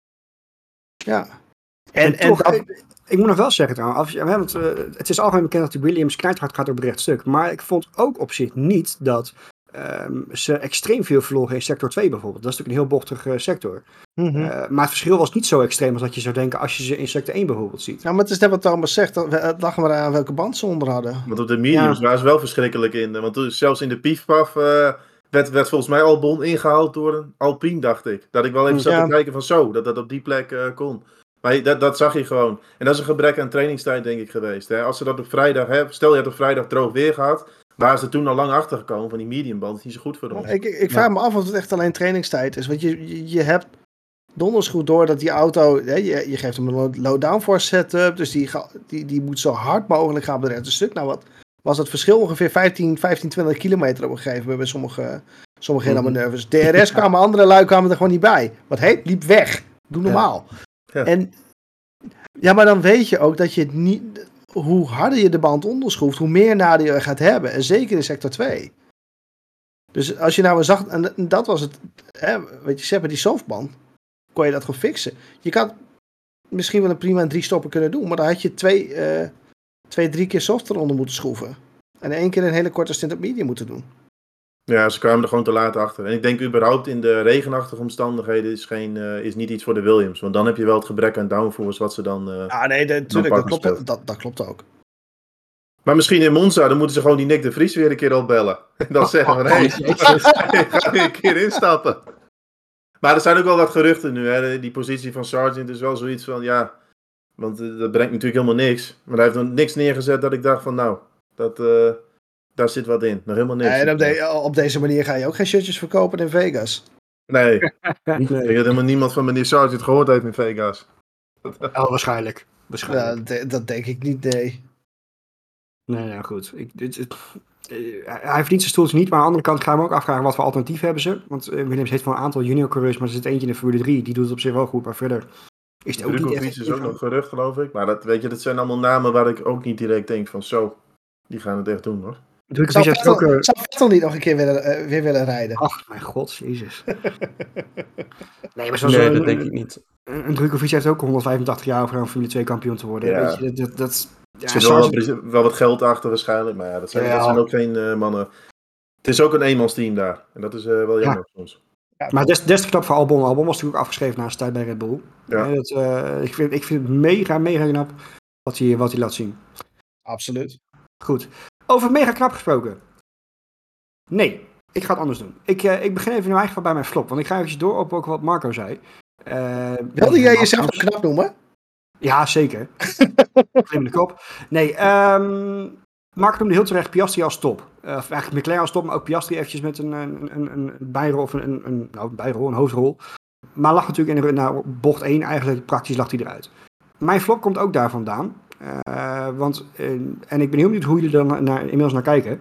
Ja. En, en, toch, en dat... ik, ik moet nog wel zeggen trouwens, want, uh, het is algemeen bekend dat die Williams knijthard gaat op het rechtstuk. Maar ik vond ook op zich niet dat um, ze extreem veel verloren in sector twee bijvoorbeeld. Dat is natuurlijk een heel bochtige uh, sector. Mm-hmm. Uh, maar het verschil was niet zo extreem als dat je zou denken als je ze in sector één bijvoorbeeld ziet. Ja, maar het is net wat Thomas zegt, het lag maar aan welke band ze onder hadden. Want op de mediums ja. waren ze wel verschrikkelijk in. Want zelfs in de piefpaf uh, werd, werd volgens mij Albon ingehaald door een Alpine, dacht ik. Dat ik wel even zat ja. te kijken van zo, dat dat op die plek uh, kon. Maar dat, dat zag je gewoon. En dat is een gebrek aan trainingstijd, denk ik, geweest. Hè? Als ze dat op vrijdag hebben, stel je hebt op vrijdag droog weer gehad, waren ze toen al lang achtergekomen van die mediumband. Dat is niet zo goed voor ons. Ik, ik vraag ja. me af of het echt alleen trainingstijd is. Want je, je, je hebt donders goed door dat die auto, hè, je, je geeft hem een low downforce setup, dus die, die, die moet zo hard mogelijk gaan op het rechte stuk. Nou, wat was het verschil? Ongeveer vijftien, vijftien, twintig kilometer op een gegeven moment bij sommige, sommige mm-hmm. manoeuvres. D R S kwamen, andere lui kwamen er gewoon niet bij. Wat heet? Liep weg. Doe normaal. Ja. Ja. En ja, maar dan weet je ook dat je het niet, hoe harder je de band onderschroeft, hoe meer nadeel je gaat hebben. En zeker in sector twee. Dus als je nou een zacht, en dat was het, hè, weet je, ze hebben die softband, kon je dat gewoon fixen. Je kan misschien wel een prima een drie stoppen kunnen doen, maar dan had je twee, uh, twee drie keer soft eronder moeten schroeven. En één keer een hele korte stint op medium moeten doen. Ja, ze kwamen er gewoon te laat achter. En ik denk überhaupt in de regenachtige omstandigheden is, geen, uh, is niet iets voor de Williams. Want dan heb je wel het gebrek aan downforce wat ze dan uh, Ja, nee, natuurlijk, dat klopt, dat, dat klopt ook. Maar misschien in Monza, dan moeten ze gewoon die Nick de Vries weer een keer opbellen. En dan zeggen van, hé, hey, ga weer een keer instappen. Maar er zijn ook wel wat geruchten nu. Hè. Die positie van Sargent is wel zoiets van, ja, want uh, dat brengt natuurlijk helemaal niks. Maar hij heeft nog niks neergezet dat ik dacht van, nou, dat... Uh, Daar zit wat in, nog helemaal niks. En op, de, op deze manier ga je ook geen shirtjes verkopen in Vegas. Nee, ik nee. denk dat helemaal niemand van meneer Sargent gehoord heeft in Vegas. Oh, waarschijnlijk. waarschijnlijk. Ja, dat, dat denk ik niet, nee. Nee, ja, goed. Ik, het, het, eh, hij verdient zijn stoeltje niet, maar aan de andere kant ga ik me ook afvragen wat voor alternatief hebben ze. Want uh, Williams heeft wel een aantal juniorcoureurs, maar er zit eentje in de Formule drie, die doet het op zich wel goed, maar verder is het ook niet Drukovic echt... is ook nog gerucht, geloof ik. Maar dat, weet je, dat zijn allemaal namen waar ik ook niet direct denk van zo, die gaan het echt doen, hoor. Drukovic Zou heeft ook... Vettel, Uh... zou Vettel niet nog een keer willen, uh, weer willen rijden? Ach, mijn god, jezus. nee, maar zoals Nee, een, dat denk een, ik niet. Een, een Drukovic heeft ook honderdvijfentachtig jaar over een Formule twee kampioen te worden. Ja. Weet je, dat... dat Er ja, zit wel, Sargent... wat, wel wat geld achter waarschijnlijk, maar ja, dat zijn, Ja. dat zijn ook geen uh, mannen. Het is ook een eenmansteam daar. En dat is uh, wel jammer Ja. soms. Ja, Maar des, des te knap voor Albon. Albon was natuurlijk ook afgeschreven na zijn tijd bij Red Bull. Ja. Ja, dat, uh, ik, vind, ik vind het mega, mega knap wat hij, wat hij laat zien. absoluut. Goed. Over mega knap gesproken. Nee, ik ga het anders doen. Ik, uh, ik begin even nu eigenlijk bij mijn flop. Want ik ga even door op ook wat Marco zei. Uh, Wilde jij jezelf ook knap noemen? Ja, zeker. Klim in de kop. Nee, um, Marco noemde heel terecht Piastri als top. Uh, of eigenlijk McLaren als top, maar ook Piastri eventjes met een, een, een, een bijrol of een, een, nou, een bijrol, een hoofdrol. Maar lag natuurlijk in de, nou, bocht één eigenlijk, praktisch lag hij eruit. Mijn flop komt ook daar vandaan. Uh, want, uh, en ik ben heel benieuwd hoe jullie er naar, inmiddels naar kijken.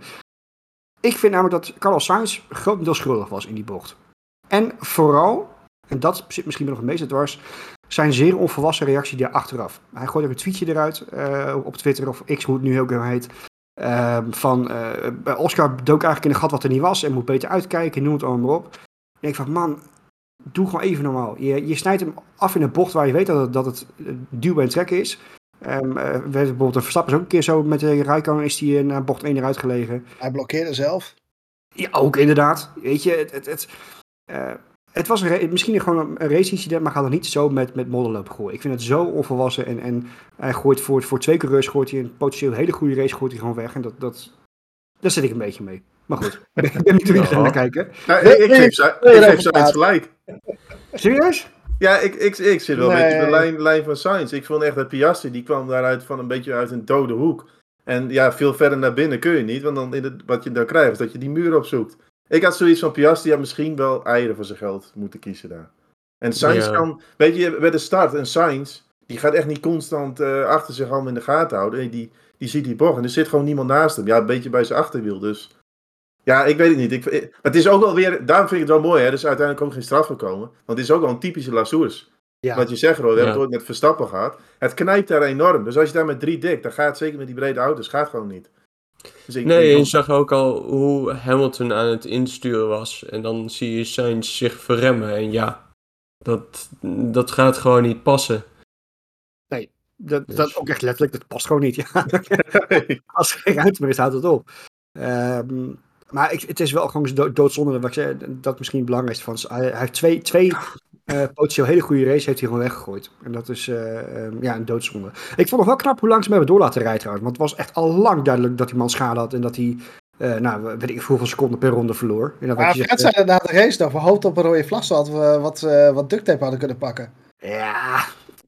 Ik vind namelijk dat Carlos Sainz grotendeels schuldig was in die bocht. En vooral, en dat zit misschien nog het meeste dwars, zijn zeer onvolwassen reactie daar achteraf. Hij gooit ook een tweetje eruit uh, op Twitter, of X, hoe het nu ook heet. Uh, van, uh, Oscar dook eigenlijk in een gat wat er niet was en moet beter uitkijken, noem het allemaal maar op. En ik van, man, doe gewoon even normaal. Je, je snijdt hem af in een bocht waar je weet dat het, dat het duwen en trekken is. Um, uh, bijvoorbeeld een Verstappen is ook een keer zo met de Rijkonen is hij naar bocht één eruit gelegen. Hij blokkeerde zelf. Ja, ook inderdaad. Weet je, het, het, het, uh, het was een, misschien gewoon een race incident, maar ga er niet zo met, met modder lopen gooien. Ik vind het zo onvolwassen en, en hij gooit voor, voor twee coureurs, gooit hij een potentieel hele goede race, gooit hij gewoon weg. En dat, dat, daar zit ik een beetje mee. Maar goed, ik ben niet hoe jullie naar kijken. Ja, ik, ik geef Sainz gelijk. Serieus? Ja, ik, ik, ik zit wel nee. een beetje op de lijn, lijn van Sainz. Ik vond echt dat Piastri, die kwam daaruit van een beetje uit een dode hoek. En ja, veel verder naar binnen kun je niet, want dan in het, wat je dan krijgt is dat je die muur opzoekt. Ik had zoiets van Piastri, had misschien wel eieren voor zijn geld moeten kiezen daar. En Sainz ja. kan, weet je, bij de start, een Sainz, die gaat echt niet constant uh, achter zich allemaal in de gaten houden. Nee, die, die ziet die bocht en er zit gewoon niemand naast hem. Ja, een beetje bij zijn achterwiel, dus... Ja, ik weet het niet. Ik, ik, het is ook wel weer, daarom vind ik het wel mooi, hè. Er is uiteindelijk ook geen straf gekomen. Want het is ook wel een typische Lasours. Ja. Wat je zegt, Rod, we ja. hebben het ooit met Verstappen gehad. Het knijpt daar enorm. Dus als je daar met drie dikt, dan gaat het zeker met die brede auto's, gaat gewoon niet. Dus ik, nee, ik, je zag ook al hoe Hamilton aan het insturen was. En dan zie je Sainz zich verremmen. En ja, dat, dat gaat gewoon niet passen. Nee, dat, dus. dat ook echt letterlijk, dat past gewoon niet. Ja. Als er geen ruimte meer is, houdt het op. Um, maar ik, het is wel gewoon do- doodzonde, wat ik zei, dat misschien het belangrijkste van. Hij, hij heeft twee, twee uh, potentieel hele goede races heeft hij gewoon weggegooid. En dat is uh, um, ja, een doodzonde. Ik vond nog wel knap hoe lang ze hem hebben door laten rijden trouwens. Want het was echt al lang duidelijk dat die man schade had en dat hij, uh, nou, weet ik hoeveel seconden per ronde verloor. En dat maar Fred zei uh, na de race nog, we hoopten op een rode vlag, zodat we wat, uh, wat duct tape hadden kunnen pakken. Ja...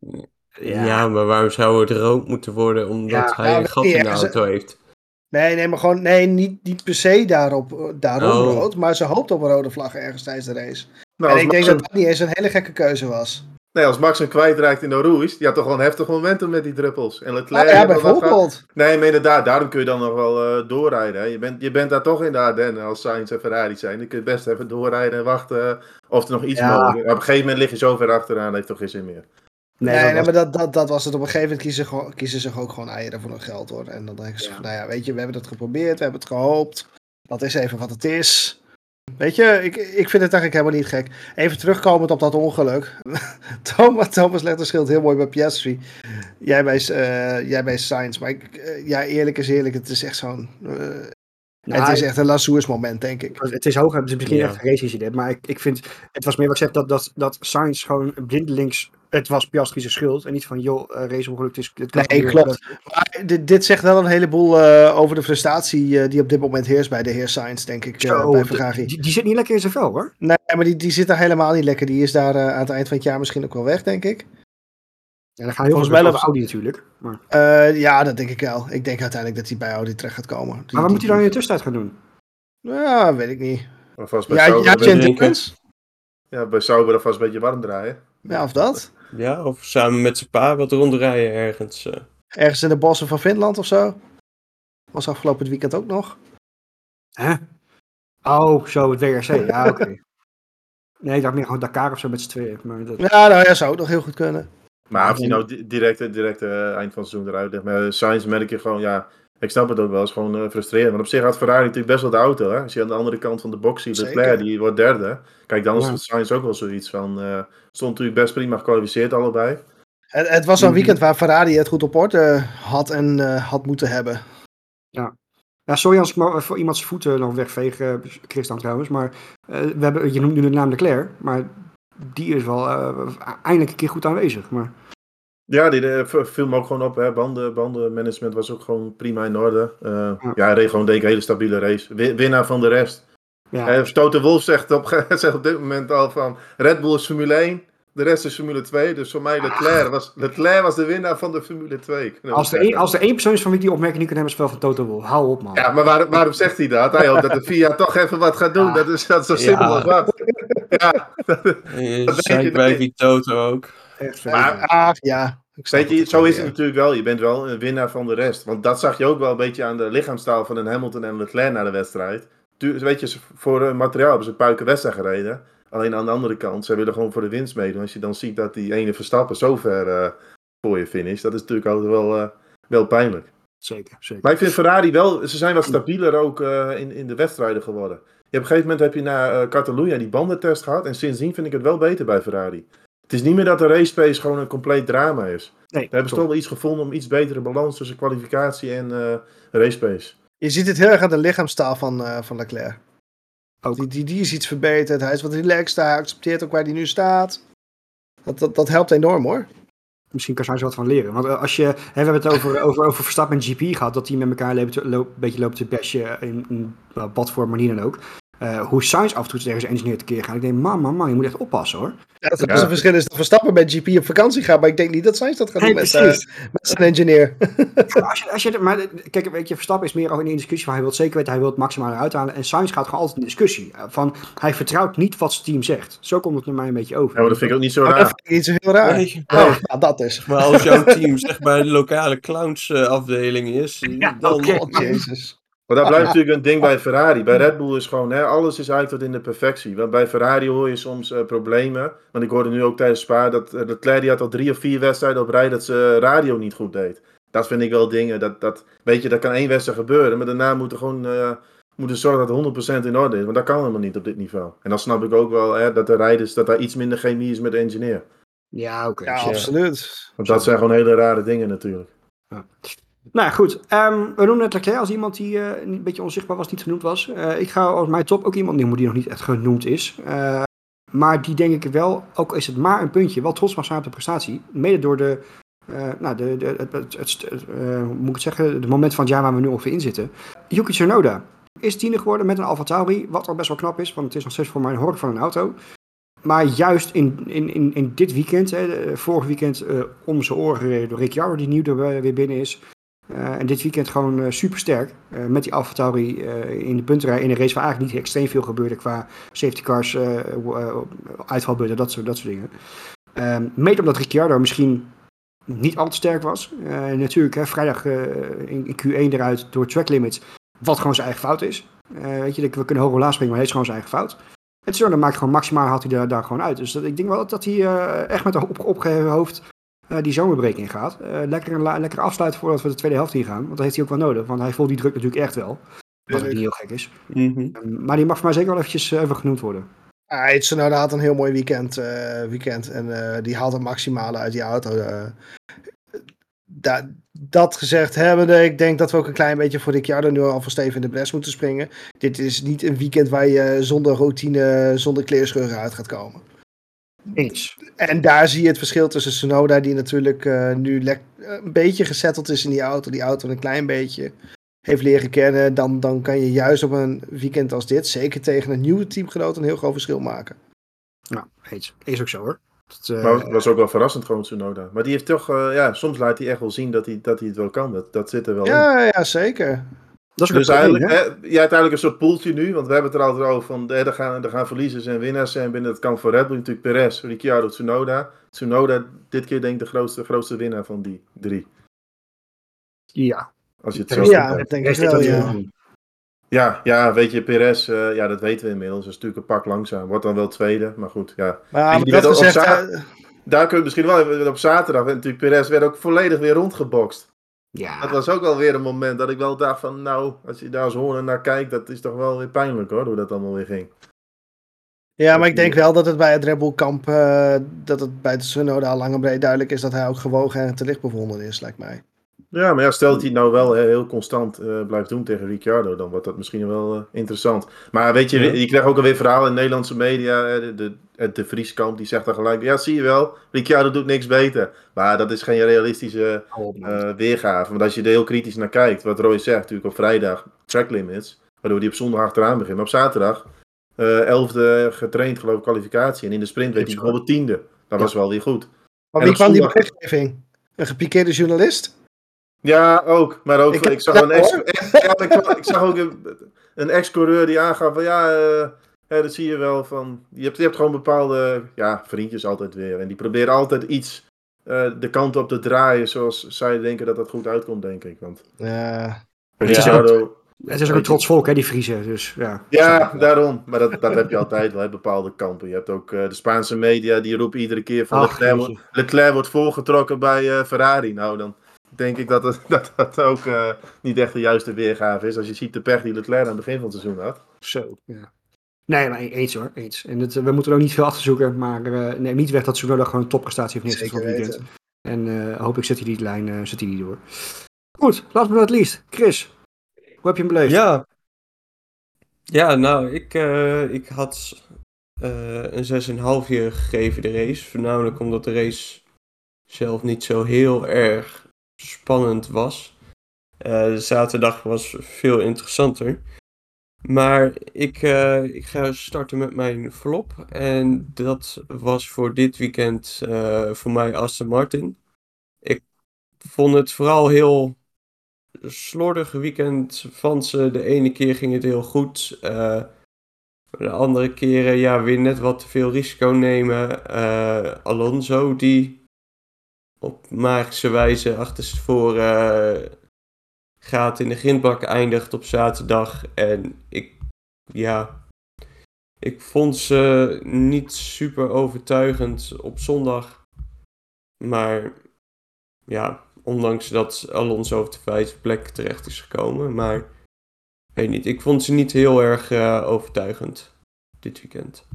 Ja. ja, maar waarom zou het rood moeten worden omdat ja, hij nou, een gat in de auto ze... heeft? Nee, nee, maar gewoon, nee, niet, niet per se daarop, daarom oh. rood, maar ze hoopt op een rode vlag ergens tijdens de race. Nou, en ik denk hem... dat dat niet eens een hele gekke keuze was. Nee, als Max hem kwijtraakt in de Rouge, die had toch wel een heftig momentum met die druppels. En Leclerc... Ah, ja, bijvoorbeeld. Nee, maar inderdaad, daarom kun je dan nog wel uh, doorrijden. Hè. Je, bent, je bent daar toch in de Ardennen als Sainz en Ferrari zijn. Dan kun je best even doorrijden en wachten of er nog iets ja. mogelijk is. Op een gegeven moment lig je zo ver achteraan, heeft toch geen zin meer. Nee, nee, nee maar dat, dat, dat was het. Op een gegeven moment kiezen, gewoon, kiezen ze ook gewoon eieren voor hun geld, hoor. En dan denken ze ja. van, nou ja, weet je, we hebben het geprobeerd, we hebben het gehoopt. Dat is even wat het is. Weet je, ik, ik vind het eigenlijk helemaal niet gek. Even terugkomend op dat ongeluk. Thomas, Thomas legt een schild heel mooi bij Piastri. Jij bij, uh, jij bij Sainz. Maar ik, uh, ja, eerlijk is eerlijk, het is echt zo'n... Uh, Nou, het is echt een Lasours moment, denk ik. Het is hoog, het is misschien ja. echt een race incident, maar ik, ik vind, het was meer wat ik zeg, dat, dat, dat Sainz gewoon blindelings, het was Piastri zijn schuld en niet van, joh, uh, raceongeluk, het is... Het nee, weer, klopt. Dat... Maar dit, dit zegt wel een heleboel uh, over de frustratie uh, die op dit moment heerst bij de heer Sainz, denk ik, uh, Zo, bij Ferrari. Die, die zit niet lekker in zijn vel, hoor. Nee, maar die, die zit daar helemaal niet lekker. Die is daar uh, aan het eind van het jaar misschien ook wel weg, denk ik. Ja, dan gaan heel veel over Audi natuurlijk. Maar... Uh, ja, dat denk ik wel. Ik denk uiteindelijk dat hij bij Audi terecht gaat komen. Die, maar wat die, moet hij dan in de tussentijd gaan doen? Ja, weet ik niet. Of vast bij ja, ja, Endurance? Ja, bij Sauber dan vast een beetje warm draaien. Ja, of dat. Ja, of samen met zijn pa wat rondrijden ergens. Uh. Ergens in de bossen van Finland of zo. Was afgelopen weekend ook nog. Hè? Oh, zo, het W R C. Ja, oké. Okay. Nee, ik dacht meer gewoon Dakar of zo met z'n tweeën. Maar dat... Ja, nou ja, zou ook nog heel goed kunnen. Maar of hij nou direct, direct uh, eind van het seizoen eruit ligt. Maar Sainz merk je gewoon, ja, ik snap het ook wel, is gewoon uh, frustrerend. Want op zich had Ferrari natuurlijk best wel de auto. Hè? Als je aan de andere kant van de box ziet, Leclerc, die wordt derde. Kijk, dan is ja. Sainz ook wel zoiets van, uh, stond natuurlijk best prima gekwalificeerd allebei. Het, het was zo'n weekend waar Ferrari het goed op orde had en uh, had moeten hebben. Ja. Ja, sorry als ik voor iemands voeten nog wegveeg, uh, Christian trouwens, maar uh, we hebben, je noemt nu de naam Leclerc, maar die is wel uh, eindelijk een keer goed aanwezig. Maar... Ja, die uh, viel me ook gewoon op. Hè. Banden, bandenmanagement was ook gewoon prima in orde. Uh, ja. ja, hij reed gewoon denk ik een hele stabiele race. W- winnaar van de rest. Ja. Uh, Toto Wolff zegt op, zegt op dit moment al van Red Bull is Formule één. De rest is Formule twee, dus voor mij Leclerc was, Leclerc was de winnaar van de Formule twee. Als er, één, als er één persoon is van wie ik die opmerking niet kan hebben, is het wel van Toto Wolff. Hou op, man. Ja, maar waar, waarom zegt hij dat? Hij hoopt dat de V I A toch even wat gaat doen. Ja. Dat is, dat is zo simpel ja. als wat. Ja. Je zei bij die Toto ook. Echt, maar, ah, ja. Weet je, zo is het natuurlijk wel. Je bent wel een winnaar van de rest. Want dat zag je ook wel een beetje aan de lichaamstaal van een Hamilton en Leclerc na de wedstrijd. Tu- weet je, voor uh, materiaal hebben ze een puiken wedstrijd gereden. Alleen aan de andere kant, ze willen gewoon voor de winst meedoen. Als je dan ziet dat die ene Verstappen zo ver uh, voor je finish, dat is natuurlijk altijd wel, uh, wel pijnlijk. Zeker, zeker. Maar ik vind Ferrari wel, ze zijn wat stabieler ook uh, in, in de wedstrijden geworden. Je hebt, op een gegeven moment heb je na uh, Catalunya die bandentest gehad en sindsdien vind ik het wel beter bij Ferrari. Het is niet meer dat de race pace gewoon een compleet drama is. Nee, we hebben toch wel iets gevonden om iets betere balans tussen kwalificatie en uh, race pace. Je ziet het heel erg aan de lichaamstaal van, uh, van Leclerc. Die, die, die is iets verbeterd. Hij is wat relaxed. Hij accepteert ook waar hij nu staat. Dat, dat, dat helpt enorm hoor. Misschien kan hij er wat van leren. Want als je, hè, we hebben het over, over, over Verstappen en G P gehad. Dat die met elkaar loop, loop, een beetje lopen te bashen. In, in uh, wat voor manier dan ook. Uh, hoe Sainz af en toe tegen zijn engineer tekeer gaat. Ik denk, man, man, man, je moet echt oppassen hoor. Ja, het ja. verschil is dat Verstappen met G P op vakantie gaat. Maar ik denk niet dat Sainz dat gaat hey, doen met, uh, met zijn engineer. als je, als je, maar kijk, weet je, Verstappen is meer al in een discussie. Waar hij wil zeker weten, hij wil het maximaal eruit halen. En Sainz gaat gewoon altijd in discussie. Van, hij vertrouwt niet wat zijn team zegt. Zo komt het naar mij een beetje over. Ja, maar dat vind ik ook niet zo raar. Oh, dat vind ik niet zo heel raar. Nee. Oh, nou, dat is. Maar als jouw team zeg maar de lokale clowns uh, afdeling is. Ja, dan... okay. Oh, Jezus. Maar dat blijft natuurlijk een ding bij Ferrari. Bij Red Bull is gewoon, hè, alles is eigenlijk tot in de perfectie. Want bij Ferrari hoor je soms uh, problemen. Want ik hoorde nu ook tijdens Spa dat uh, Leclerc die had al drie of vier wedstrijden op rij dat ze radio niet goed deed. Dat vind ik wel dingen. Dat, dat, weet je, dat kan één wedstrijd gebeuren. Maar daarna moeten gewoon uh, moeten zorgen dat het honderd procent in orde is. Want dat kan helemaal niet op dit niveau. En dan snap ik ook wel hè, dat de rijders, dat daar iets minder chemie is met de engineer. Ja, oké. Okay. Ja, absoluut. Want dat zijn gewoon hele rare dingen natuurlijk. Ja. Nou goed, um, we noemen het Leclerc als iemand die uh, een beetje onzichtbaar was, niet genoemd was. Uh, ik ga als mijn top ook iemand noemen die nog niet echt genoemd is. Uh, maar die denk ik wel, ook is het maar een puntje, wel trots mag zijn op de prestatie. Mede door de, uh, nou de, de, het, het, het, uh, hoe moet ik het zeggen, het moment van het jaar waar we nu ongeveer in zitten. Yuki Tsunoda is tiende geworden met een AlphaTauri, wat al best wel knap is, want het is nog steeds voor mij een hork van een auto. Maar juist in, in, in, in dit weekend, hè, vorig weekend uh, om zijn oren gereden door Ricciardo die nieuw er weer binnen is. Uh, en dit weekend gewoon uh, super sterk. Uh, met die AlphaTauri uh, in de puntenrij. In een race waar eigenlijk niet extreem veel gebeurde qua safety cars, uh, uh, uitvalbeurten, dat soort, dat soort dingen. Uh, mede omdat Ricciardo misschien niet al te sterk was. Uh, natuurlijk, hè, vrijdag uh, in, in Q één eruit door track limits. Wat gewoon zijn eigen fout is. Uh, weet je, we kunnen hoog of laag springen, maar hij heeft gewoon zijn eigen fout. En zo, dan maakt gewoon maximaal, haalt hij daar, daar gewoon uit. Dus dat, ik denk wel dat, dat hij uh, echt met een op, opgeheven hoofd Uh, die zomerbreak ingaat. Uh, lekker, een la- lekker afsluiten voordat we de tweede helft ingaan. Want dat heeft hij ook wel nodig. Want hij voelt die druk natuurlijk echt wel. Wat ook niet heel gek is. Mm-hmm. Um, maar die mag voor mij zeker wel eventjes uh, even genoemd worden. Ah, Tsunoda had een heel mooi weekend. Uh, weekend en uh, die haalt het maximale uit die auto. Uh, da- dat gezegd hebbende, ik denk dat we ook een klein beetje voor Ricciardo nu al van Steven in de bres moeten springen. Dit is niet een weekend waar je zonder routine, zonder kleerscheuren uit gaat komen. Eens. En daar zie je het verschil tussen Tsunoda, die natuurlijk uh, nu le- een beetje gesetteld is in die auto, die auto een klein beetje heeft leren kennen, dan, dan kan je juist op een weekend als dit, zeker tegen een nieuwe teamgenoot, een heel groot verschil maken. Nou, eens. Is ook zo hoor. Dat uh, maar was ook wel verrassend gewoon Tsunoda. Maar die heeft toch, uh, ja, soms laat hij echt wel zien dat hij, dat hij het wel kan. Dat, dat zit er wel ja, in. Ja, zeker. Dat is ook Dus het probleem, eigenlijk, hè? hè, ja, uiteindelijk een soort poeltje nu, want we hebben het er altijd over van, hè, er, gaan, er gaan verliezers en winnaars zijn binnen het kamp van Red Bull. Natuurlijk Perez, Ricciardo, Tsunoda. Tsunoda, dit keer denk ik de grootste, grootste winnaar van die drie. Ja. Als je het zo Ja, bekijkt. dat denk Rest ik wel, dit ja. natuurlijk. Ja, ja, weet je, Perez, uh, ja, dat weten we inmiddels. Dat is natuurlijk een pak langzaam. Wordt dan wel tweede, maar goed, ja. Maar ja, Weet je, met die dat werd op gezegd... za- eh, Daar kun je misschien wel even, op zaterdag, werd natuurlijk Perez werd ook volledig weer rondgebokst. Ja. Dat was ook wel weer een moment dat ik wel dacht van, nou, als je daar als hoorn naar kijkt, dat is toch wel weer pijnlijk hoor, hoe dat allemaal weer ging. Ja, maar ik denk wel dat het bij het Red Bull kamp, uh, dat het bij de Tsunoda al lang en breed duidelijk is dat hij ook gewogen en te licht bevonden is, lijkt mij. Ja, maar ja, stel dat hij het nou wel heel constant uh, blijft doen tegen Ricciardo, dan wordt dat misschien wel uh, interessant. Maar weet je, ja. je krijgt ook alweer verhalen in Nederlandse media, de, de, de Vrieskamp, die zegt dan gelijk, ja zie je wel, Ricciardo doet niks beter. Maar dat is geen realistische uh, weergave, want als je er heel kritisch naar kijkt, wat Roy zegt, natuurlijk op vrijdag, track limits, waardoor hij op zondag achteraan begint, maar op zaterdag, uh, elfde getraind geloof ik kwalificatie, en in de sprint weet hij bijvoorbeeld tiende. Dat ja. was wel weer goed. Maar en wie kwam zondag... die berichtgeving? Een gepikeerde journalist? Ja, ook. Maar ook, ik, ik zag, een ex, ja, ik, ik zag ook een, een ex-coureur die aangaf van ja, uh, ja, dat zie je wel van, je hebt, je hebt gewoon bepaalde, ja, vriendjes altijd weer. En die proberen altijd iets uh, de kant op te draaien zoals zij denken dat dat goed uitkomt, denk ik. Want ja. Ricciardo... Het is ook een trots volk, hè, die Friese. Dus, ja, ja daarom. Maar dat, dat heb je altijd wel, hè, bepaalde kampen. Je hebt ook uh, de Spaanse media, die roepen iedere keer van Ach, Leclerc, Leclerc wordt voorgetrokken bij uh, Ferrari. Nou, dan denk ik dat het, dat, dat ook uh, niet echt de juiste weergave is. Als je ziet de pech die Leclerc aan het begin van het seizoen had. Zo, ja. Nee, maar eens hoor, eens. En het, we moeten er ook niet veel achter zoeken, maar uh, neem niet weg dat Tsunoda gewoon een topprestatie heeft neergezet voor het weekend. En uh, hopelijk zet hij die lijn uh, zet hij die door. Goed, last but not least. Chris, hoe heb je hem beleefd? Ja, ja nou, ik, uh, ik had uh, een zes komma vijf gegeven de race. Voornamelijk omdat de race zelf niet zo heel erg spannend was. Uh, de zaterdag was veel interessanter. Maar ik, uh, ik ga starten met mijn flop. En dat was voor dit weekend uh, voor mij Aston Martin. Ik vond het vooral heel slordig weekend van ze. De ene keer ging het heel goed. Uh, de andere keren ja, weer net wat te veel risico nemen. Uh, Alonso die op magische wijze achterstevoren uh, gaat in de grindbak eindigt op zaterdag. En ik, ja, ik vond ze niet super overtuigend op zondag. Maar ja, ondanks dat Alonso op de vijfde plek terecht is gekomen. Maar ik weet niet, ik vond ze niet heel erg uh, overtuigend dit weekend.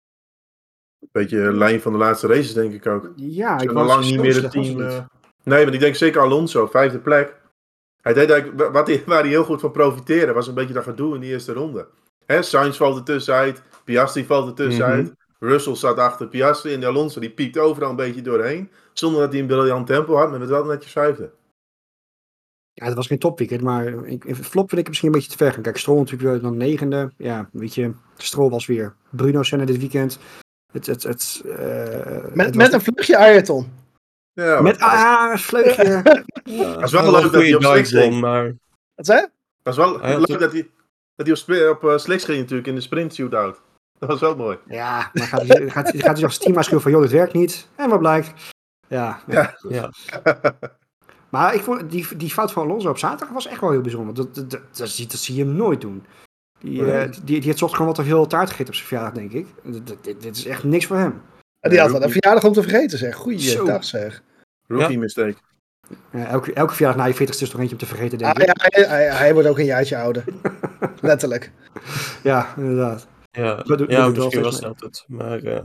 Beetje de lijn van de laatste races denk ik ook. Ja, ik was lang niet meer het team. Uh... Nee, maar ik denk zeker Alonso, vijfde plek. Hij deed eigenlijk, wat hij, waar hij heel goed van profiteerde, was een beetje dat gedoe in die eerste ronde. Hè, Sainz valt er tussenuit, Piastri valt er tussenuit, mm-hmm. Russell zat achter Piastri en de Alonso die piekt overal een beetje doorheen. Zonder dat hij een briljant tempo had, maar met wel netjes vijfde. Ja, het was geen topweekend, maar ik, flop vind ik misschien een beetje te ver gaan. Kijk, Stroll natuurlijk weer dan negende. Ja, weet je, Stroll was weer Bruno Senna dit weekend. Het, het, het, uh, met het met een vluchtje Ayrton. Ja, met ah, een vleugje. Ja, dat is wel leuk dat hij op sliks ging. Maar... Wat zei je? Dat is wel leuk het... dat hij, dat hij op, op uh, sliks ging natuurlijk in de sprint shootout. Dat was wel mooi. Ja, maar gaat hij, gaat, gaat hij als team schreeuwen van joh, dit werkt niet. En wat blijkt? Ja. ja. ja. Maar ik vond die, die fout van Alonso op zaterdag was echt wel heel bijzonder. Dat, dat, dat, dat, zie, dat zie je hem nooit doen. Die, nee. uh, die, die, die had zocht gewoon wat te veel taart gegeten op zijn verjaardag, denk ik. Dit, dit, dit is echt niks voor hem. Ja, die had wel een verjaardag om te vergeten, zeg. Goeie dag, zeg. Rookie ja. mistake. Ja, elke, elke verjaardag na je veertigste is toch eentje om te vergeten, denk ah, ik. Ja, hij, hij, hij wordt ook een jaartje ouder. Letterlijk. Ja, inderdaad. Ja, dat doe, ja dat misschien was dat het. Maar uh,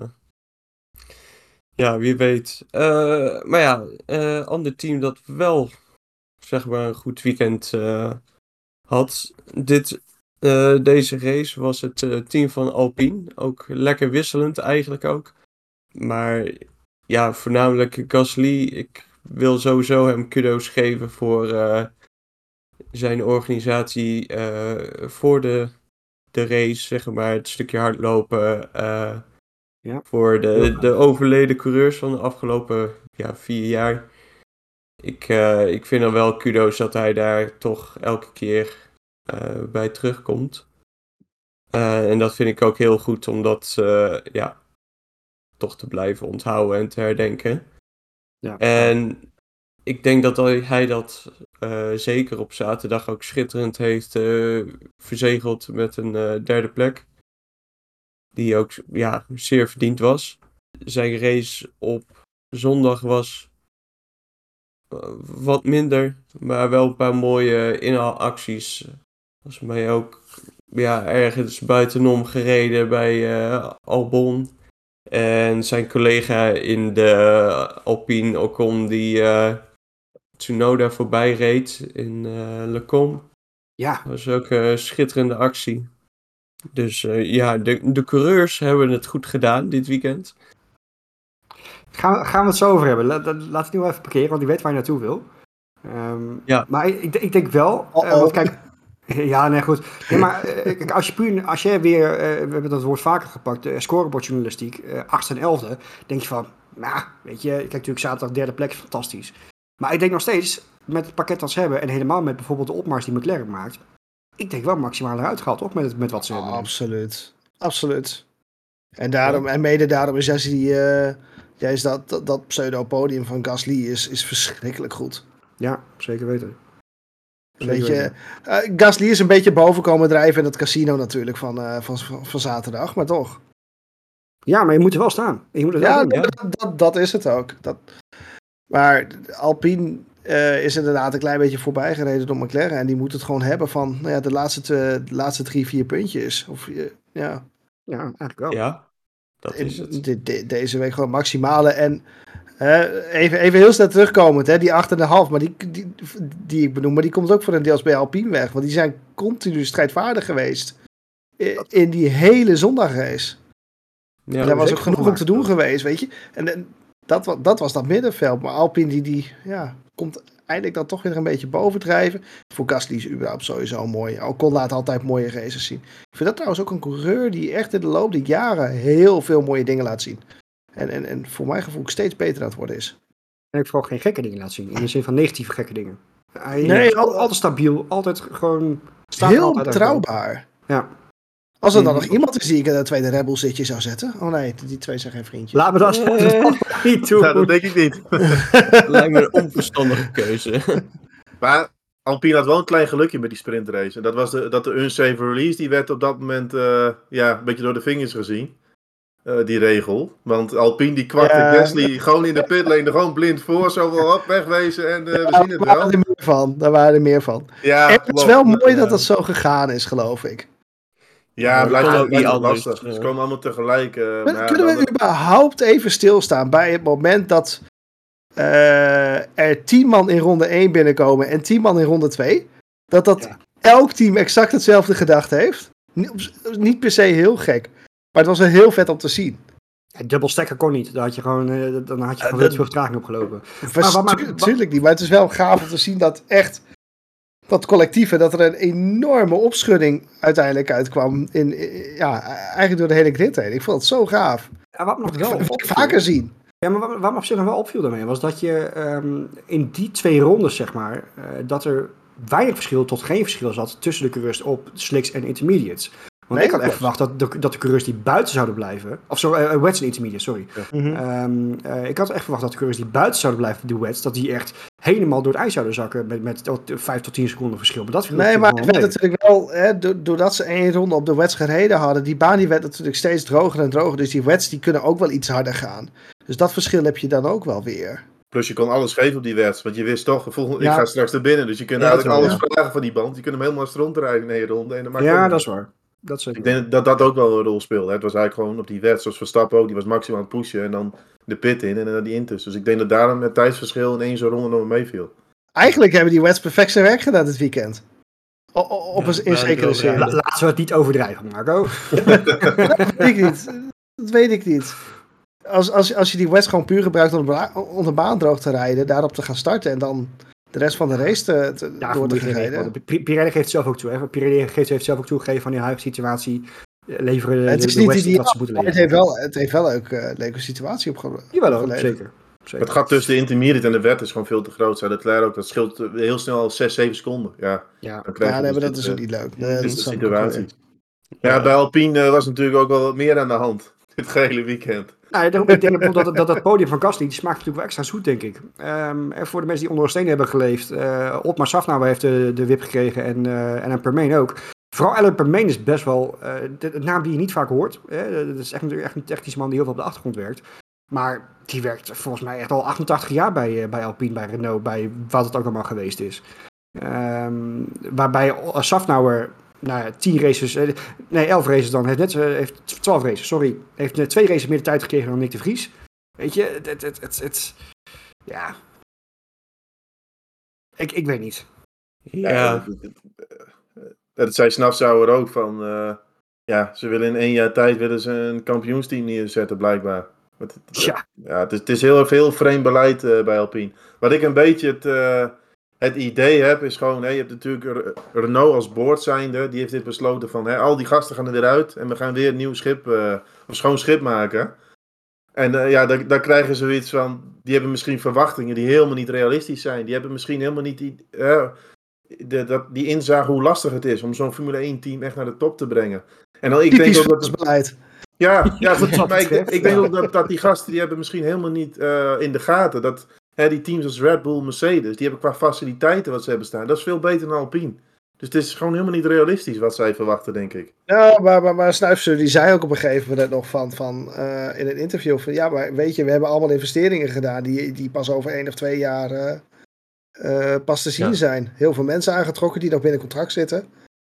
ja, wie weet. Uh, maar ja, uh, ander team dat wel, zeg maar, een goed weekend uh, had. Dit, uh, deze race was het uh, team van Alpine. Ook lekker wisselend eigenlijk ook. Maar ja, voornamelijk Gasly. Ik wil sowieso hem kudo's geven voor uh, zijn organisatie uh, voor de, de race, zeg maar. Het stukje hardlopen. Uh, ja. Voor de, de overleden coureurs van de afgelopen ja, vier jaar. Ik, uh, ik vind dan wel kudo's dat hij daar toch elke keer uh, bij terugkomt. Uh, en dat vind ik ook heel goed om dat uh, ja, toch te blijven onthouden en te herdenken. Ja. En ik denk dat hij dat uh, zeker op zaterdag ook schitterend heeft uh, verzegeld met een uh, derde plek. Die ook ja, zeer verdiend was. Zijn race op zondag was uh, wat minder, maar wel een paar mooie inhaalacties. Was mij ook ja, ergens buitenom gereden bij uh, Albon. En zijn collega in de Alpine Ocon die uh, Tsunoda voorbij reed in uh, Le Combe. Ja. Dat was ook een schitterende actie. Dus uh, ja, de, de coureurs hebben het goed gedaan dit weekend. Gaan we, gaan we het zo over hebben. Laat, laat het nu wel even parkeren, want die weet waar je naartoe wil. Um, ja. Maar ik, ik denk wel... Uh, want kijk... Ja, nee, goed. Nee, maar uh, als je puur, als jij weer, uh, we hebben dat woord vaker gepakt, uh, scorebordjournalistiek, uh, achtste en elfde, denk je van, nou, weet je, kijk natuurlijk zaterdag derde plek, fantastisch. Maar ik denk nog steeds, met het pakket dat ze hebben, en helemaal met bijvoorbeeld de opmars die McLaren maakt, ik denk wel maximaal eruit gehaald, toch, met, met wat ze oh, hebben. Absoluut, absoluut. En, daarom, ja. en mede daarom is juist, die, uh, juist dat, dat, dat pseudo-podium van Gasly is, is verschrikkelijk goed. Ja, zeker weten. Weet je, uh, Gasly is een beetje boven komen drijven in het casino natuurlijk van, uh, van, van, van zaterdag, maar toch. Ja, maar je moet er wel staan. Je moet er ja, doen, dat, ja. Dat, dat, dat is het ook. Dat, maar Alpine uh, is inderdaad een klein beetje voorbij gereden door McLaren en die moet het gewoon hebben van nou ja, de, laatste te, de laatste drie, vier puntjes. Of, uh, ja. ja, eigenlijk wel. Ja, dat is het. De, de, deze week gewoon maximale en... Uh, even, even heel snel terugkomend, hè, die acht komma vijf, maar die, die, die ik benoem, maar die komt ook voor een deels bij Alpine weg. Want die zijn continu strijdvaardig geweest in, in die hele zondagrace. Ja, daar was ook genoeg om te doen geweest, weet je. En, en dat, dat was dat middenveld. Maar Alpine die, die ja, komt eindelijk dan toch weer een beetje bovendrijven. Voor Gasly is überhaupt sowieso mooi. Ocon laat altijd mooie races zien. Ik vind dat trouwens ook een coureur die echt in de loop der jaren heel veel mooie dingen laat zien. En, en, en voor mijn gevoel steeds beter aan het worden is. En ik vooral geen gekke dingen laat zien. In de zin van negatieve gekke dingen. Hij nee, is altijd, altijd stabiel. Altijd gewoon... Heel betrouwbaar. Ja. Als er dan nog iemand is die ik in de tweede Rebel zitje zou zetten. Oh nee, die twee zijn geen vriendjes. Laat me dat uh, niet doen. Nou, dat denk ik niet. Dat lijkt me een onverstandige keuze. Maar Alpine had wel een klein gelukje met die sprintrace. En dat was de, dat de unsafe release, die werd op dat moment uh, ja, een beetje door de vingers gezien. Uh, die regel. Want Alpine die kwakte ja. Gasly gewoon in de pitlane er gewoon blind voor. Zo wel op, wegwezen en uh, ja, we zien het wel. Daar waren er meer van. Daar waren er meer van. Ja, en het is wel mooi ja. dat dat zo gegaan is, geloof ik. Ja, het blijft ook niet lastig. Ze komen allemaal tegelijk. Uh, Kun, ja, kunnen we dan... überhaupt even stilstaan bij het moment dat uh, er tien man in ronde één binnenkomen en tien man in ronde twee? Dat dat ja. elk team exact hetzelfde gedacht heeft? Niet per se heel gek. Maar het was wel heel vet om te zien. Ja, dubbelstekker kon niet. Dan had je gewoon, uh, dan had je gewoon uh, veel vertraging opgelopen. Natuurlijk niet, maar het is wel gaaf om te zien dat echt dat collectieve, dat er een enorme opschudding uiteindelijk uitkwam. In, in, ja, eigenlijk door de hele grid heen. Ik vond het zo gaaf. Ja, wat nog wel ik vaker zien. Ja, maar wat, wat me op zich nog wel opviel daarmee, was dat je um, in die twee rondes, zeg maar, uh, dat er weinig verschil tot geen verschil zat tussen de coureurs op slicks en intermediates. Want nee, ik had echt verwacht dat de, dat de coureurs die buiten zouden blijven... Of zo, uh, wets en intermediate, sorry. Ja. Mm-hmm. Um, uh, ik had echt verwacht dat de coureurs die buiten zouden blijven, de wets... dat die echt helemaal door het ijs zouden zakken met, met vijf tot tien seconden verschil. Maar dat nee, maar het werd natuurlijk wel... Hè, doordat ze één ronde op de wets gereden hadden... die baan die werd natuurlijk steeds droger en droger. Dus die wets die kunnen ook wel iets harder gaan. Dus dat verschil heb je dan ook wel weer. Plus je kon alles geven op die wets. Want je wist toch, volgende, ja. ik ga straks er binnen. Dus je kunt ja, eigenlijk alles ja. vragen van die band. Je kunt hem helemaal rondrijden in één ronde. En dan ja, dat is waar. Dat ik denk dat dat ook wel een rol speelde. Het was eigenlijk gewoon op die wet, zoals Verstappen ook, die was maximaal aan het pushen en dan de pit in en dan die intus. Dus ik denk dat daarom het tijdsverschil in één zo'n ronde nog meeviel. Eigenlijk hebben die wets perfect zijn werk gedaan dit weekend. O, o, op ja, een in zekere zin. La, laten we het niet overdrijven, Marco. Dat weet ik niet. Dat weet ik niet. Als, als, als je die wets gewoon puur gebruikt om de, om de baan droog te rijden, daarop te gaan starten en dan de rest van de race te, te, ja, door te rijden. Pirelli geeft zelf ook toe. Hè? Pirelli geeft, heeft zelf ook toegegeven van die huidige situatie. Leveren de, het is de, niet de West die, wat ze moeten leveren. Het heeft wel, het heeft wel ook uh, een leuke situatie opgeleverd. Jawel, zeker. Zeker. Het gat tussen de intermediate en de wet is gewoon veel te groot. Zei Leclerc ook. Dat scheelt heel snel al zes, zeven seconden. Ja, Ja. dan krijg Ja, je nee, dus maar dat dit, is ook uh, niet leuk. dit Nee, is dat de snap ik ook wel, situatie. Ja, bij Alpine uh, was natuurlijk ook wel wat meer aan de hand. Dit hele weekend. Nou, daarom, ik denk dat dat, dat dat podium van Gasly, die smaakt natuurlijk wel extra zoet, denk ik. Um, en voor de mensen die onder een steen hebben geleefd, uh, Otmar Szafnauer heeft de, de wip gekregen en, uh, en een Permane ook. Vooral Alain Permane is best wel uh, de, de naam die je niet vaak hoort. Hè? Dat is echt, echt een technisch man die heel veel op de achtergrond werkt. Maar die werkt volgens mij echt al achtentachtig jaar bij, uh, bij Alpine, bij Renault, bij wat het ook allemaal geweest is. Um, waarbij Szafnauer... Nou ja, tien races, eh, nee, elf races dan. Heeft net, uh, heeft twaalf races, sorry. Heeft uh, twee races meer de tijd gekregen dan Nick de Vries. Weet je, het, het, het, het, het ja. Ik, ik weet niet. Ja, Ja, dat, dat, dat zei Snafzauer ook van, uh, ja, ze willen in één jaar tijd willen ze een kampioensteam neerzetten, blijkbaar. Het, het, ja. ja, het is, het is heel veel vreemd beleid uh, bij Alpine. Wat ik een beetje het... Uh, Het idee heb is gewoon, hè, je hebt natuurlijk Renault als boord zijnde, die heeft dit besloten van, hè, al die gasten gaan er weer uit en we gaan weer een nieuw schip, uh, of schoon schip maken. En uh, ja, daar, daar krijgen ze zoiets van, die hebben misschien verwachtingen die helemaal niet realistisch zijn. Die hebben misschien helemaal niet die, uh, de, dat, die inzage hoe lastig het is om zo'n Formule één team echt naar de top te brengen. En dan, ik Typisch denk ook dat het beleid. Ja, ja goed, maar ik, ik denk ook dat, dat die gasten, die hebben misschien helemaal niet uh, in de gaten dat... Hè, die teams als Red Bull, Mercedes, die hebben qua faciliteiten wat ze hebben staan. Dat is veel beter dan Alpine. Dus het is gewoon helemaal niet realistisch wat zij verwachten, denk ik. Ja, maar, maar, maar Snuifster die zei ook op een gegeven moment nog van, van uh, in een interview van, ja, maar weet je, we hebben allemaal investeringen gedaan die, die pas over één of twee jaar uh, uh, pas te zien ja. zijn. Heel veel mensen aangetrokken die nog binnen contract zitten.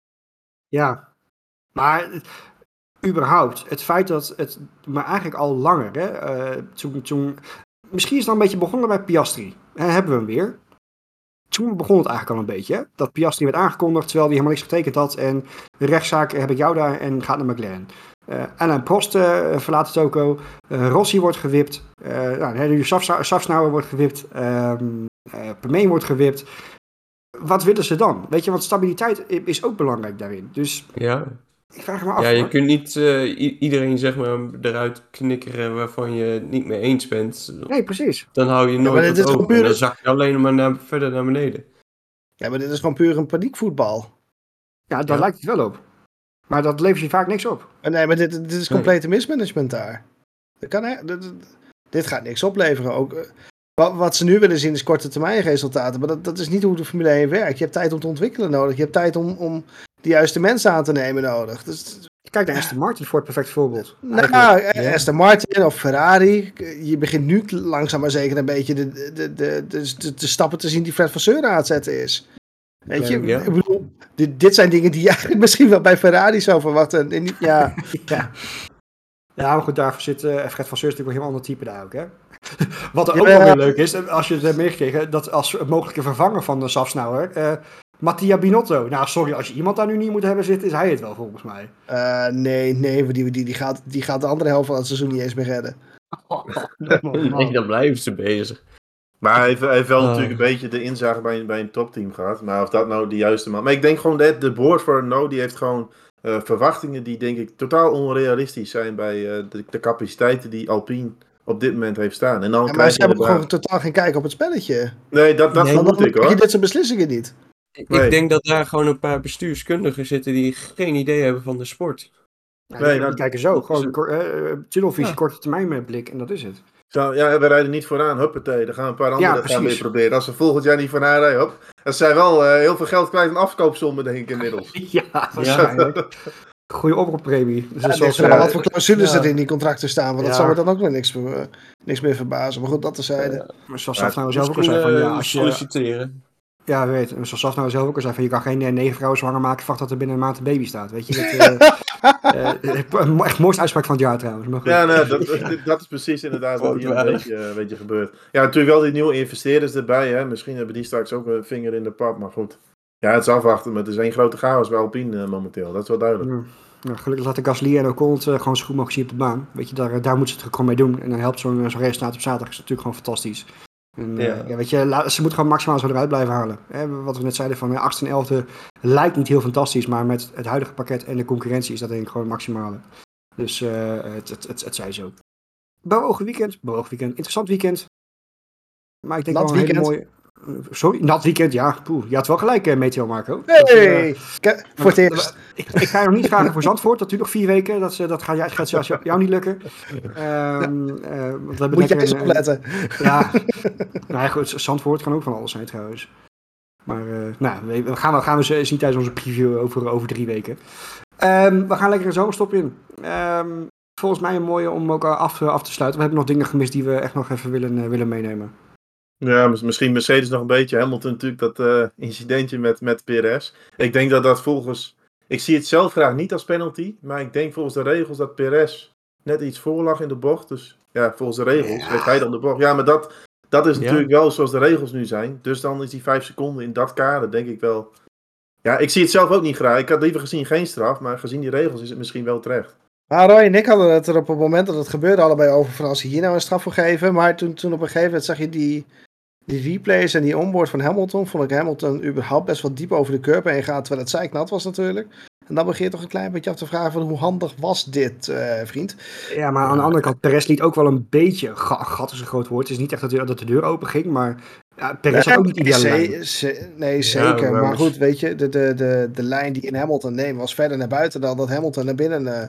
Ja, maar überhaupt, het feit dat het, maar eigenlijk al langer, hè, uh, toen... toen misschien is het dan een beetje begonnen bij Piastri. En hebben we hem weer. Toen begon het eigenlijk al een beetje. Hè? Dat Piastri werd aangekondigd terwijl hij helemaal niks getekend had. En de rechtszaak heb ik jou daar en gaat naar McLaren. Uh, Alain Prost uh, verlaat het Toko. Uh, Rossi wordt gewipt. Uh, nou, nu Szafnauer wordt gewipt. Uh, uh, Permane wordt gewipt. Wat willen ze dan? Weet je, want stabiliteit is ook belangrijk daarin. Dus ja. Ik vraag me af. Ja, je hoor. kunt niet uh, i- iedereen zeg maar eruit knikkeren waarvan je het niet mee eens bent. Nee, precies. Dan hou je Ja, nooit maar wat dit is over. puur- En dan zak je alleen maar naar, verder naar beneden. Ja, maar dit is gewoon puur een paniekvoetbal. Ja, daar Ja. lijkt het wel op. Maar dat levert je vaak niks op. Maar nee, maar dit, dit is complete mismanagement daar. Dat kan, hè? Dit, dit gaat niks opleveren. Ook, uh, wat, wat ze nu willen zien is korte termijn resultaten. Maar dat, dat is niet hoe de Formule één werkt. Je hebt tijd om te ontwikkelen nodig. Je hebt tijd om, om de juiste mensen aan te nemen nodig. Dus, Kijk naar Aston Martin voor het perfect voorbeeld. nou, Ja. Aston Martin of Ferrari. Je begint nu langzaam maar zeker een beetje de, de, de, de, de, de stappen te zien die Fred Vasseur aan het zetten is. Weet je, Ja. ik bedoel, dit, dit zijn dingen die je eigenlijk misschien wel bij Ferrari zou verwachten. En niet, ja. Ja. Ja, maar goed, daarvoor zit uh, Fred Vasseur is natuurlijk wel een heel ander type daar ook, hè. Wat er Ja, ook wel ja. weer leuk is, als je het hebt meegekregen, dat als mogelijke vervanger van de Szafnauer, uh, Mattia Binotto. Nou, sorry, als je iemand daar nu niet moet hebben zitten, is hij het wel, volgens mij. Uh, nee, nee, die, die, die, gaat, die gaat de andere helft van het seizoen niet eens meer redden. Nee, dan blijven ze bezig. Maar hij heeft, hij heeft wel Oh. natuurlijk een beetje de inzage bij, bij een topteam gehad. Maar of dat nou de juiste man... Maar ik denk gewoon dat de board voor Renault, die heeft gewoon uh, verwachtingen die denk ik totaal onrealistisch zijn bij uh, de, de capaciteiten die Alpine op dit moment heeft staan. En dan Ja, maar krijg ze je hebben inderdaad- gewoon totaal geen kijk op het spelletje. Nee, dat, dat Nee, Dan vermoed ik maak je hoor. dit soort beslissingen niet. Ik Nee. denk dat daar gewoon een paar bestuurskundigen zitten die geen idee hebben van de sport. Ja, Nee, die, dat- die kijken zo, gewoon ze- kor- uh, tunnelvisie, Ja. korte termijn met blik en dat is het. Zo, ja, we rijden niet vooraan, huppatee. Dan gaan een paar anderen Ja, gaan weer precies. proberen. Als ze volgend jaar niet vooraan rijden, hop. Dat zijn wel uh, heel veel geld kwijt aan afkoopsommen, denk ik inmiddels. Ja, waarschijnlijk. Goeie oproeppremie. Dus Ja, dat het is ligt zoals, eraan uh, wat voor clausules ja. er in die contracten staan. Want dat Ja. zou me dan ook weer niks, uh, niks meer verbazen. Maar goed, dat terzijde. maar zoals Ja, Szafnauer zelf ook al Misschien zei, van, ja, uh, als je, solliciteren. ja, we weten, en zoals Szafnauer zelf ook al zei, van, je kan geen uh, negen vrouwen zwanger maken, wacht dat er binnen een maand een baby staat. Weet je, dat, uh, uh, echt mooiste uitspraak van het jaar trouwens. Maar goed. Ja, nee, dat, dat, dat is precies inderdaad wat hier een Quote beetje, uh, een beetje gebeurt. Ja, natuurlijk wel die nieuwe investeerders erbij. Hè. Misschien hebben die straks ook een vinger in de pap, maar goed. Ja, het is afwachten, maar het is één grote chaos bij Alpine uh, momenteel. Dat is wel duidelijk. Ja. Nou, gelukkig laten Gasly en Ocon het uh, gewoon zo goed mogelijk zien op de baan. Weet je, daar, daar moeten ze het gewoon mee doen. En dan helpt zo'n zo'n resultaat op zaterdag is natuurlijk gewoon fantastisch. En, uh, Ja. ja, weet je, la, ze moeten gewoon maximaal zo eruit blijven halen. Hè, wat we net zeiden van uh, achtste en elfde lijkt niet heel fantastisch, maar met het huidige pakket en de concurrentie is dat denk ik gewoon het maximale. Dus uh, het, het, het, het zij zo. Bewogen weekend, bewogen weekend, interessant weekend. Maar ik denk Nat wel een hele weekend. mooie... Sorry, nat weekend, ja. Poeh, je had wel gelijk, uh, Meteo Marco. Hey, Dat, uh, Ke- voor het eerst. Ik, ik ga je nog niet vragen voor Zandvoort. Dat duurt nog vier weken. Dat, dat gaat, gaat zelfs jou, jou niet lukken. Um, uh, want we hebben Moet jij eens een, opletten. Ja, nou ja, goed, Zandvoort kan ook van alles zijn trouwens. Maar uh, nou, we gaan, we gaan we zien tijdens onze preview over, over drie weken. Um, we gaan lekker een zomerstop in. Um, volgens mij een mooie om ook af, af te sluiten. We hebben nog dingen gemist die we echt nog even willen, uh, willen meenemen. Ja, misschien Mercedes nog een beetje. Hamilton natuurlijk dat uh, incidentje met, met Perez. Ik denk dat dat volgens... Ik zie het zelf graag niet als penalty. Maar ik denk volgens de regels dat Perez net iets voor lag in de bocht. Dus ja, volgens de regels Ja. heeft hij dan de bocht. Ja, maar dat, dat is Ja. natuurlijk wel zoals de regels nu zijn. Dus dan is die vijf seconden in dat kader, denk ik wel... Ja, ik zie het zelf ook niet graag. Ik had liever gezien geen straf. Maar gezien die regels is het misschien wel terecht. Maar Roy en ik hadden het er op het moment dat het gebeurde allebei over van als ze hier nou een straf voor geven. Maar toen, toen op een gegeven moment zag je die... Die replays en die onboard van Hamilton, vond ik Hamilton überhaupt best wel diep over de curb heen gaan, terwijl het zeiknat was natuurlijk. En dan begin je toch een klein beetje af te vragen van hoe handig was dit, uh, vriend? Ja, maar aan de andere kant, Perez liet ook wel een beetje, ga, gat is een groot woord, het is niet echt dat de, dat de deur open ging, maar ja, Perez nee, had ook niet ideale ze, lijn. ze, nee, zeker. Ja, maar maar goed, weet je, de, de, de, de lijn die in Hamilton neemt was verder naar buiten dan dat Hamilton naar binnen... Uh,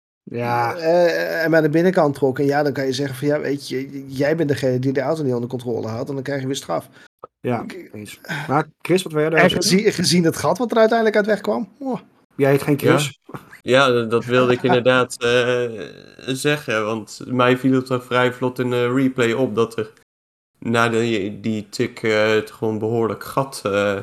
Ja. Uh, en bij de binnenkant trok. En ja, dan kan je zeggen van ja, weet je, jij bent degene die de auto niet onder controle had. En dan krijg je weer straf. Ja, eens. Maar Chris, wat wil jij daar En zeggen? gezien, gezien het gat wat er uiteindelijk uit wegkwam. Oh. Jij heet geen Chris? Ja, ja dat wilde ik inderdaad uh, zeggen. Want mij viel het er vrij vlot in de replay op dat er na de, die tik uh, het gewoon behoorlijk gat uh,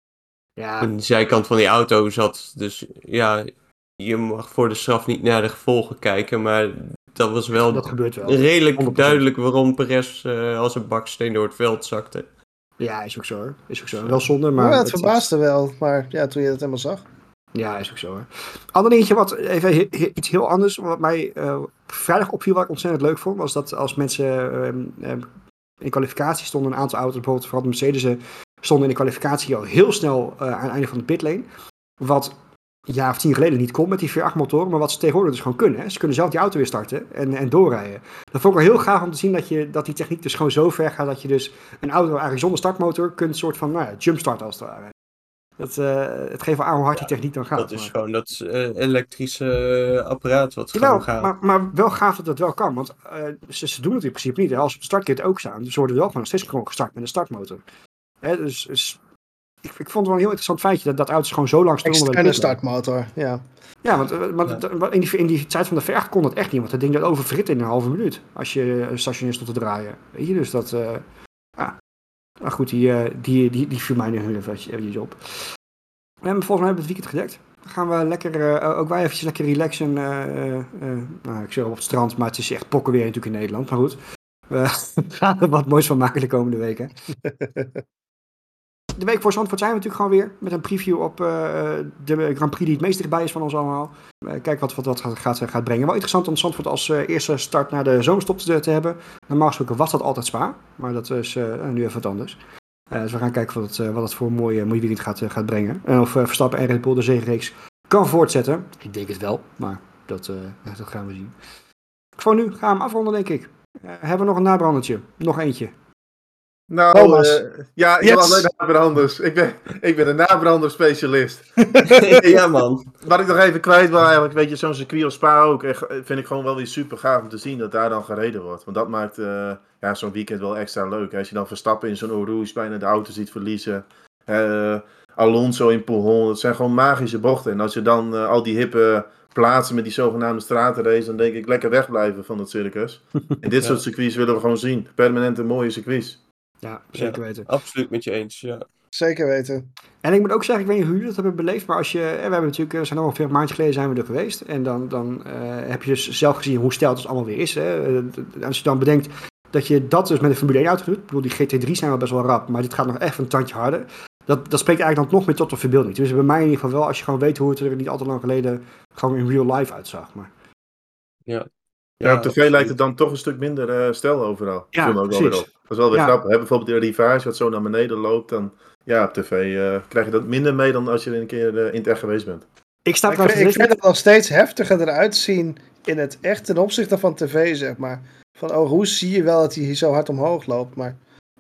ja. aan de zijkant van die auto zat. Dus ja... Je mag voor de straf niet naar de gevolgen kijken, maar dat was wel, dat gebeurt wel. redelijk honderd procent duidelijk waarom Perez uh, als een baksteen door het veld zakte. Ja, is ook zo hoor. Is ook zo. Wel zonde, maar... Ja, het het verbaasde het... wel, maar ja, toen je dat helemaal zag. Ja, is ook zo hoor. Ander dingetje, wat, even he, he, iets heel anders, wat mij uh, vrijdag opviel, wat ik ontzettend leuk vond, was dat als mensen uh, uh, in kwalificatie stonden, een aantal auto's, bijvoorbeeld vooral de Mercedes, stonden in de kwalificatie al heel snel uh, aan het einde van de pitlane. Wat... een jaar of tien geleden niet kon met die V acht motoren, maar wat ze tegenwoordig dus gewoon kunnen. Hè. Ze kunnen zelf die auto weer starten en, en doorrijden. Dat vond ik wel heel gaaf om te zien dat, je, dat die techniek dus gewoon zo ver gaat dat je dus een auto eigenlijk zonder startmotor kunt soort van nou ja, jumpstarten als het ware. Dat, uh, het geeft wel aan hoe hard die techniek dan gaat. Dat is maar. gewoon dat uh, elektrische apparaat wat Jawel, gewoon gaat. Maar, maar wel gaaf dat dat wel kan, want uh, ze, ze doen het in principe niet. Hè. Als ze op de startkit ook staan, dus worden wel gewoon nog steeds gewoon gestart met een startmotor. Hè, dus... dus Ik, ik vond het wel een heel interessant feitje dat, dat auto's gewoon zo lang stonden. Externe startmotor, ja. Ja, want, want ja. in, die, in die tijd van de V acht kon dat echt niet, want dat ding dat overfrit in een halve minuut. Als je stationeer stond te draaien. Weet je, dus dat... Uh, ah. Maar goed, die, uh, die, die, die viel mij nu eventjes op. We hebben volgens mij hebben we het weekend gedekt. Dan gaan we lekker, uh, ook wij eventjes lekker relaxen. Uh, uh, uh, nou, ik zeg op het strand, maar het is echt pokken weer natuurlijk in Nederland. Maar goed, we gaan er wat moois van maken de komende weken. De week voor Zandvoort zijn we natuurlijk gewoon weer met een preview op uh, de Grand Prix die het meest dichtbij is van ons allemaal. Uh, kijk wat wat, wat gaat, gaat brengen. Wel interessant om Zandvoort als uh, eerste start naar de zomerstop te, te hebben. Normaal gesproken was dat altijd Spa, maar dat is uh, nu even wat anders. Uh, dus we gaan kijken wat het, uh, wat het voor een mooie, mooie weekend gaat, uh, gaat brengen. En of uh, Verstappen en Red Bull de zegenreeks kan voortzetten. Ik denk het wel, maar dat, uh, ja, dat gaan we zien. Voor nu gaan we hem afronden, denk ik. Uh, hebben we nog een nabrandertje? Nog eentje. Nou, uh, ja, ik yes. heb alleen nabranders. Ik ben, ik ben een nabranderspecialist. Ja, man. Wat ik nog even kwijt wil eigenlijk, weet je, zo'n circuit als Spa ook, echt, vind ik gewoon wel weer super gaaf om te zien dat daar dan gereden wordt. Want dat maakt uh, ja, zo'n weekend wel extra leuk. Hè? Als je dan Verstappen in zo'n Eau Rouge bijna de auto ziet verliezen. Uh, Alonso in Pohon, dat zijn gewoon magische bochten. En als je dan uh, al die hippe plaatsen met die zogenaamde stratenrace, dan denk ik lekker wegblijven van het circus. En dit ja. soort circuits willen we gewoon zien. Permanente mooie circuits. Ja, zeker weten. Ja, absoluut met je eens, ja. Zeker weten. En ik moet ook zeggen, ik weet niet hoe jullie dat hebben beleefd, maar als je, we hebben natuurlijk, we zijn al ongeveer een maandje geleden zijn we er geweest. En dan, dan uh, heb je dus zelf gezien hoe stijl het allemaal weer is. Hè. Als je dan bedenkt dat je dat dus met een Formule één auto doet. Ik bedoel, die G T drie zijn wel best wel rap, maar dit gaat nog echt een tandje harder. Dat, dat spreekt eigenlijk dan nog meer tot de verbeelding. Dus bij mij in ieder geval wel, als je gewoon weet hoe het er niet al te lang geleden gewoon in real life uitzag. Maar... Ja. Ja, ja, op tv absoluut. Lijkt het dan toch een stuk minder uh, stijl overal. Ja, ook wel weer op. Dat is wel weer ja. grappig. Hè? Bijvoorbeeld de Rivage wat zo naar beneden loopt. Dan ja, op tv uh, krijg je dat minder mee dan als je een keer uh, in het echt geweest bent. Ik, sta ik, vind, ik vind het nog steeds heftiger eruit zien in het echt ten opzichte van tv, zeg maar. Van oh, hoe zie je wel dat hij zo hard omhoog loopt, maar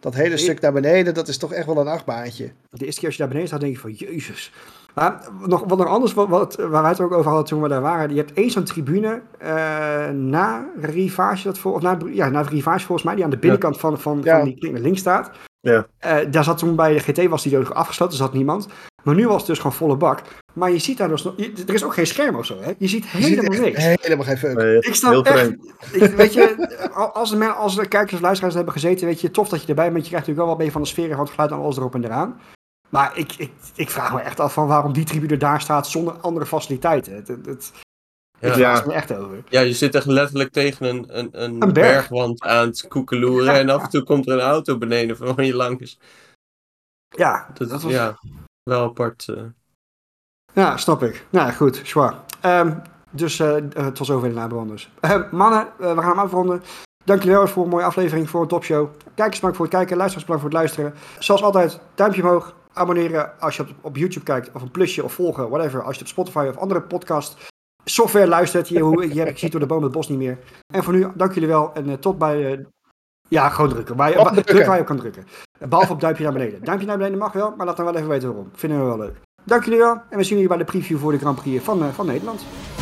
Dat hele stuk naar beneden, dat is toch echt wel een achtbaantje. De eerste keer als je daar beneden staat, denk je van, jezus. Maar nog, wat nog anders, wat, wat, waar wij het ook over hadden toen we daar waren. Je hebt één zo'n tribune uh, na Rivage, dat voor, of na, ja, na Rivage volgens mij, die aan de binnenkant ja. van, van, ja. van die kling naar links staat. Ja. Uh, daar zat toen bij de G T was die nog afgesloten, er zat niemand. Maar nu was het dus gewoon volle bak. Maar je ziet daar dus nog, je, er is ook geen scherm of zo, hè? Je ziet helemaal je niks. Helemaal geen fuck. Nee, ik snap echt, ik, weet je, als de, als de kijkers of luisteraars hebben gezeten, weet je, tof dat je erbij bent. Je krijgt natuurlijk wel wat mee van de sfeer en van het geluid en alles erop en eraan. Maar ik, ik, ik vraag me echt af van waarom die tribune daar staat zonder andere faciliteiten. Het, het, het, ja. Ik vraag me echt over. Ja, je zit echt letterlijk tegen een, een, een, een berg. bergwand aan het koekeloeren. Ja. En af en toe komt er een auto beneden van je langs. Ja, dat, dat was... ja, wel apart. Uh... Ja, snap ik. Nou goed, zwaar. Um, dus uh, uh, tot zover de nabranders. Uh, mannen, uh, we gaan hem afronden. Dank jullie wel voor een mooie aflevering, voor een topshow. Kijkers bedankt voor het kijken, luisteraars bedankt voor het luisteren. Zoals altijd, duimpje omhoog, abonneren als je op, op YouTube kijkt, of een plusje of volgen, whatever. Als je op Spotify of andere podcast software luistert, je, je, je ziet door de boom het bos niet meer. En voor nu, dank jullie wel en uh, tot bij... Uh, ja, gewoon drukken. Waar je, oh, drukken. Druk waar je op kan drukken. Behalve op duimpje naar beneden. Duimpje naar beneden mag wel, maar laat dan wel even weten waarom. Vinden we wel leuk. Dank jullie wel en we zien jullie bij de preview voor de Grand Prix van, uh, van Nederland.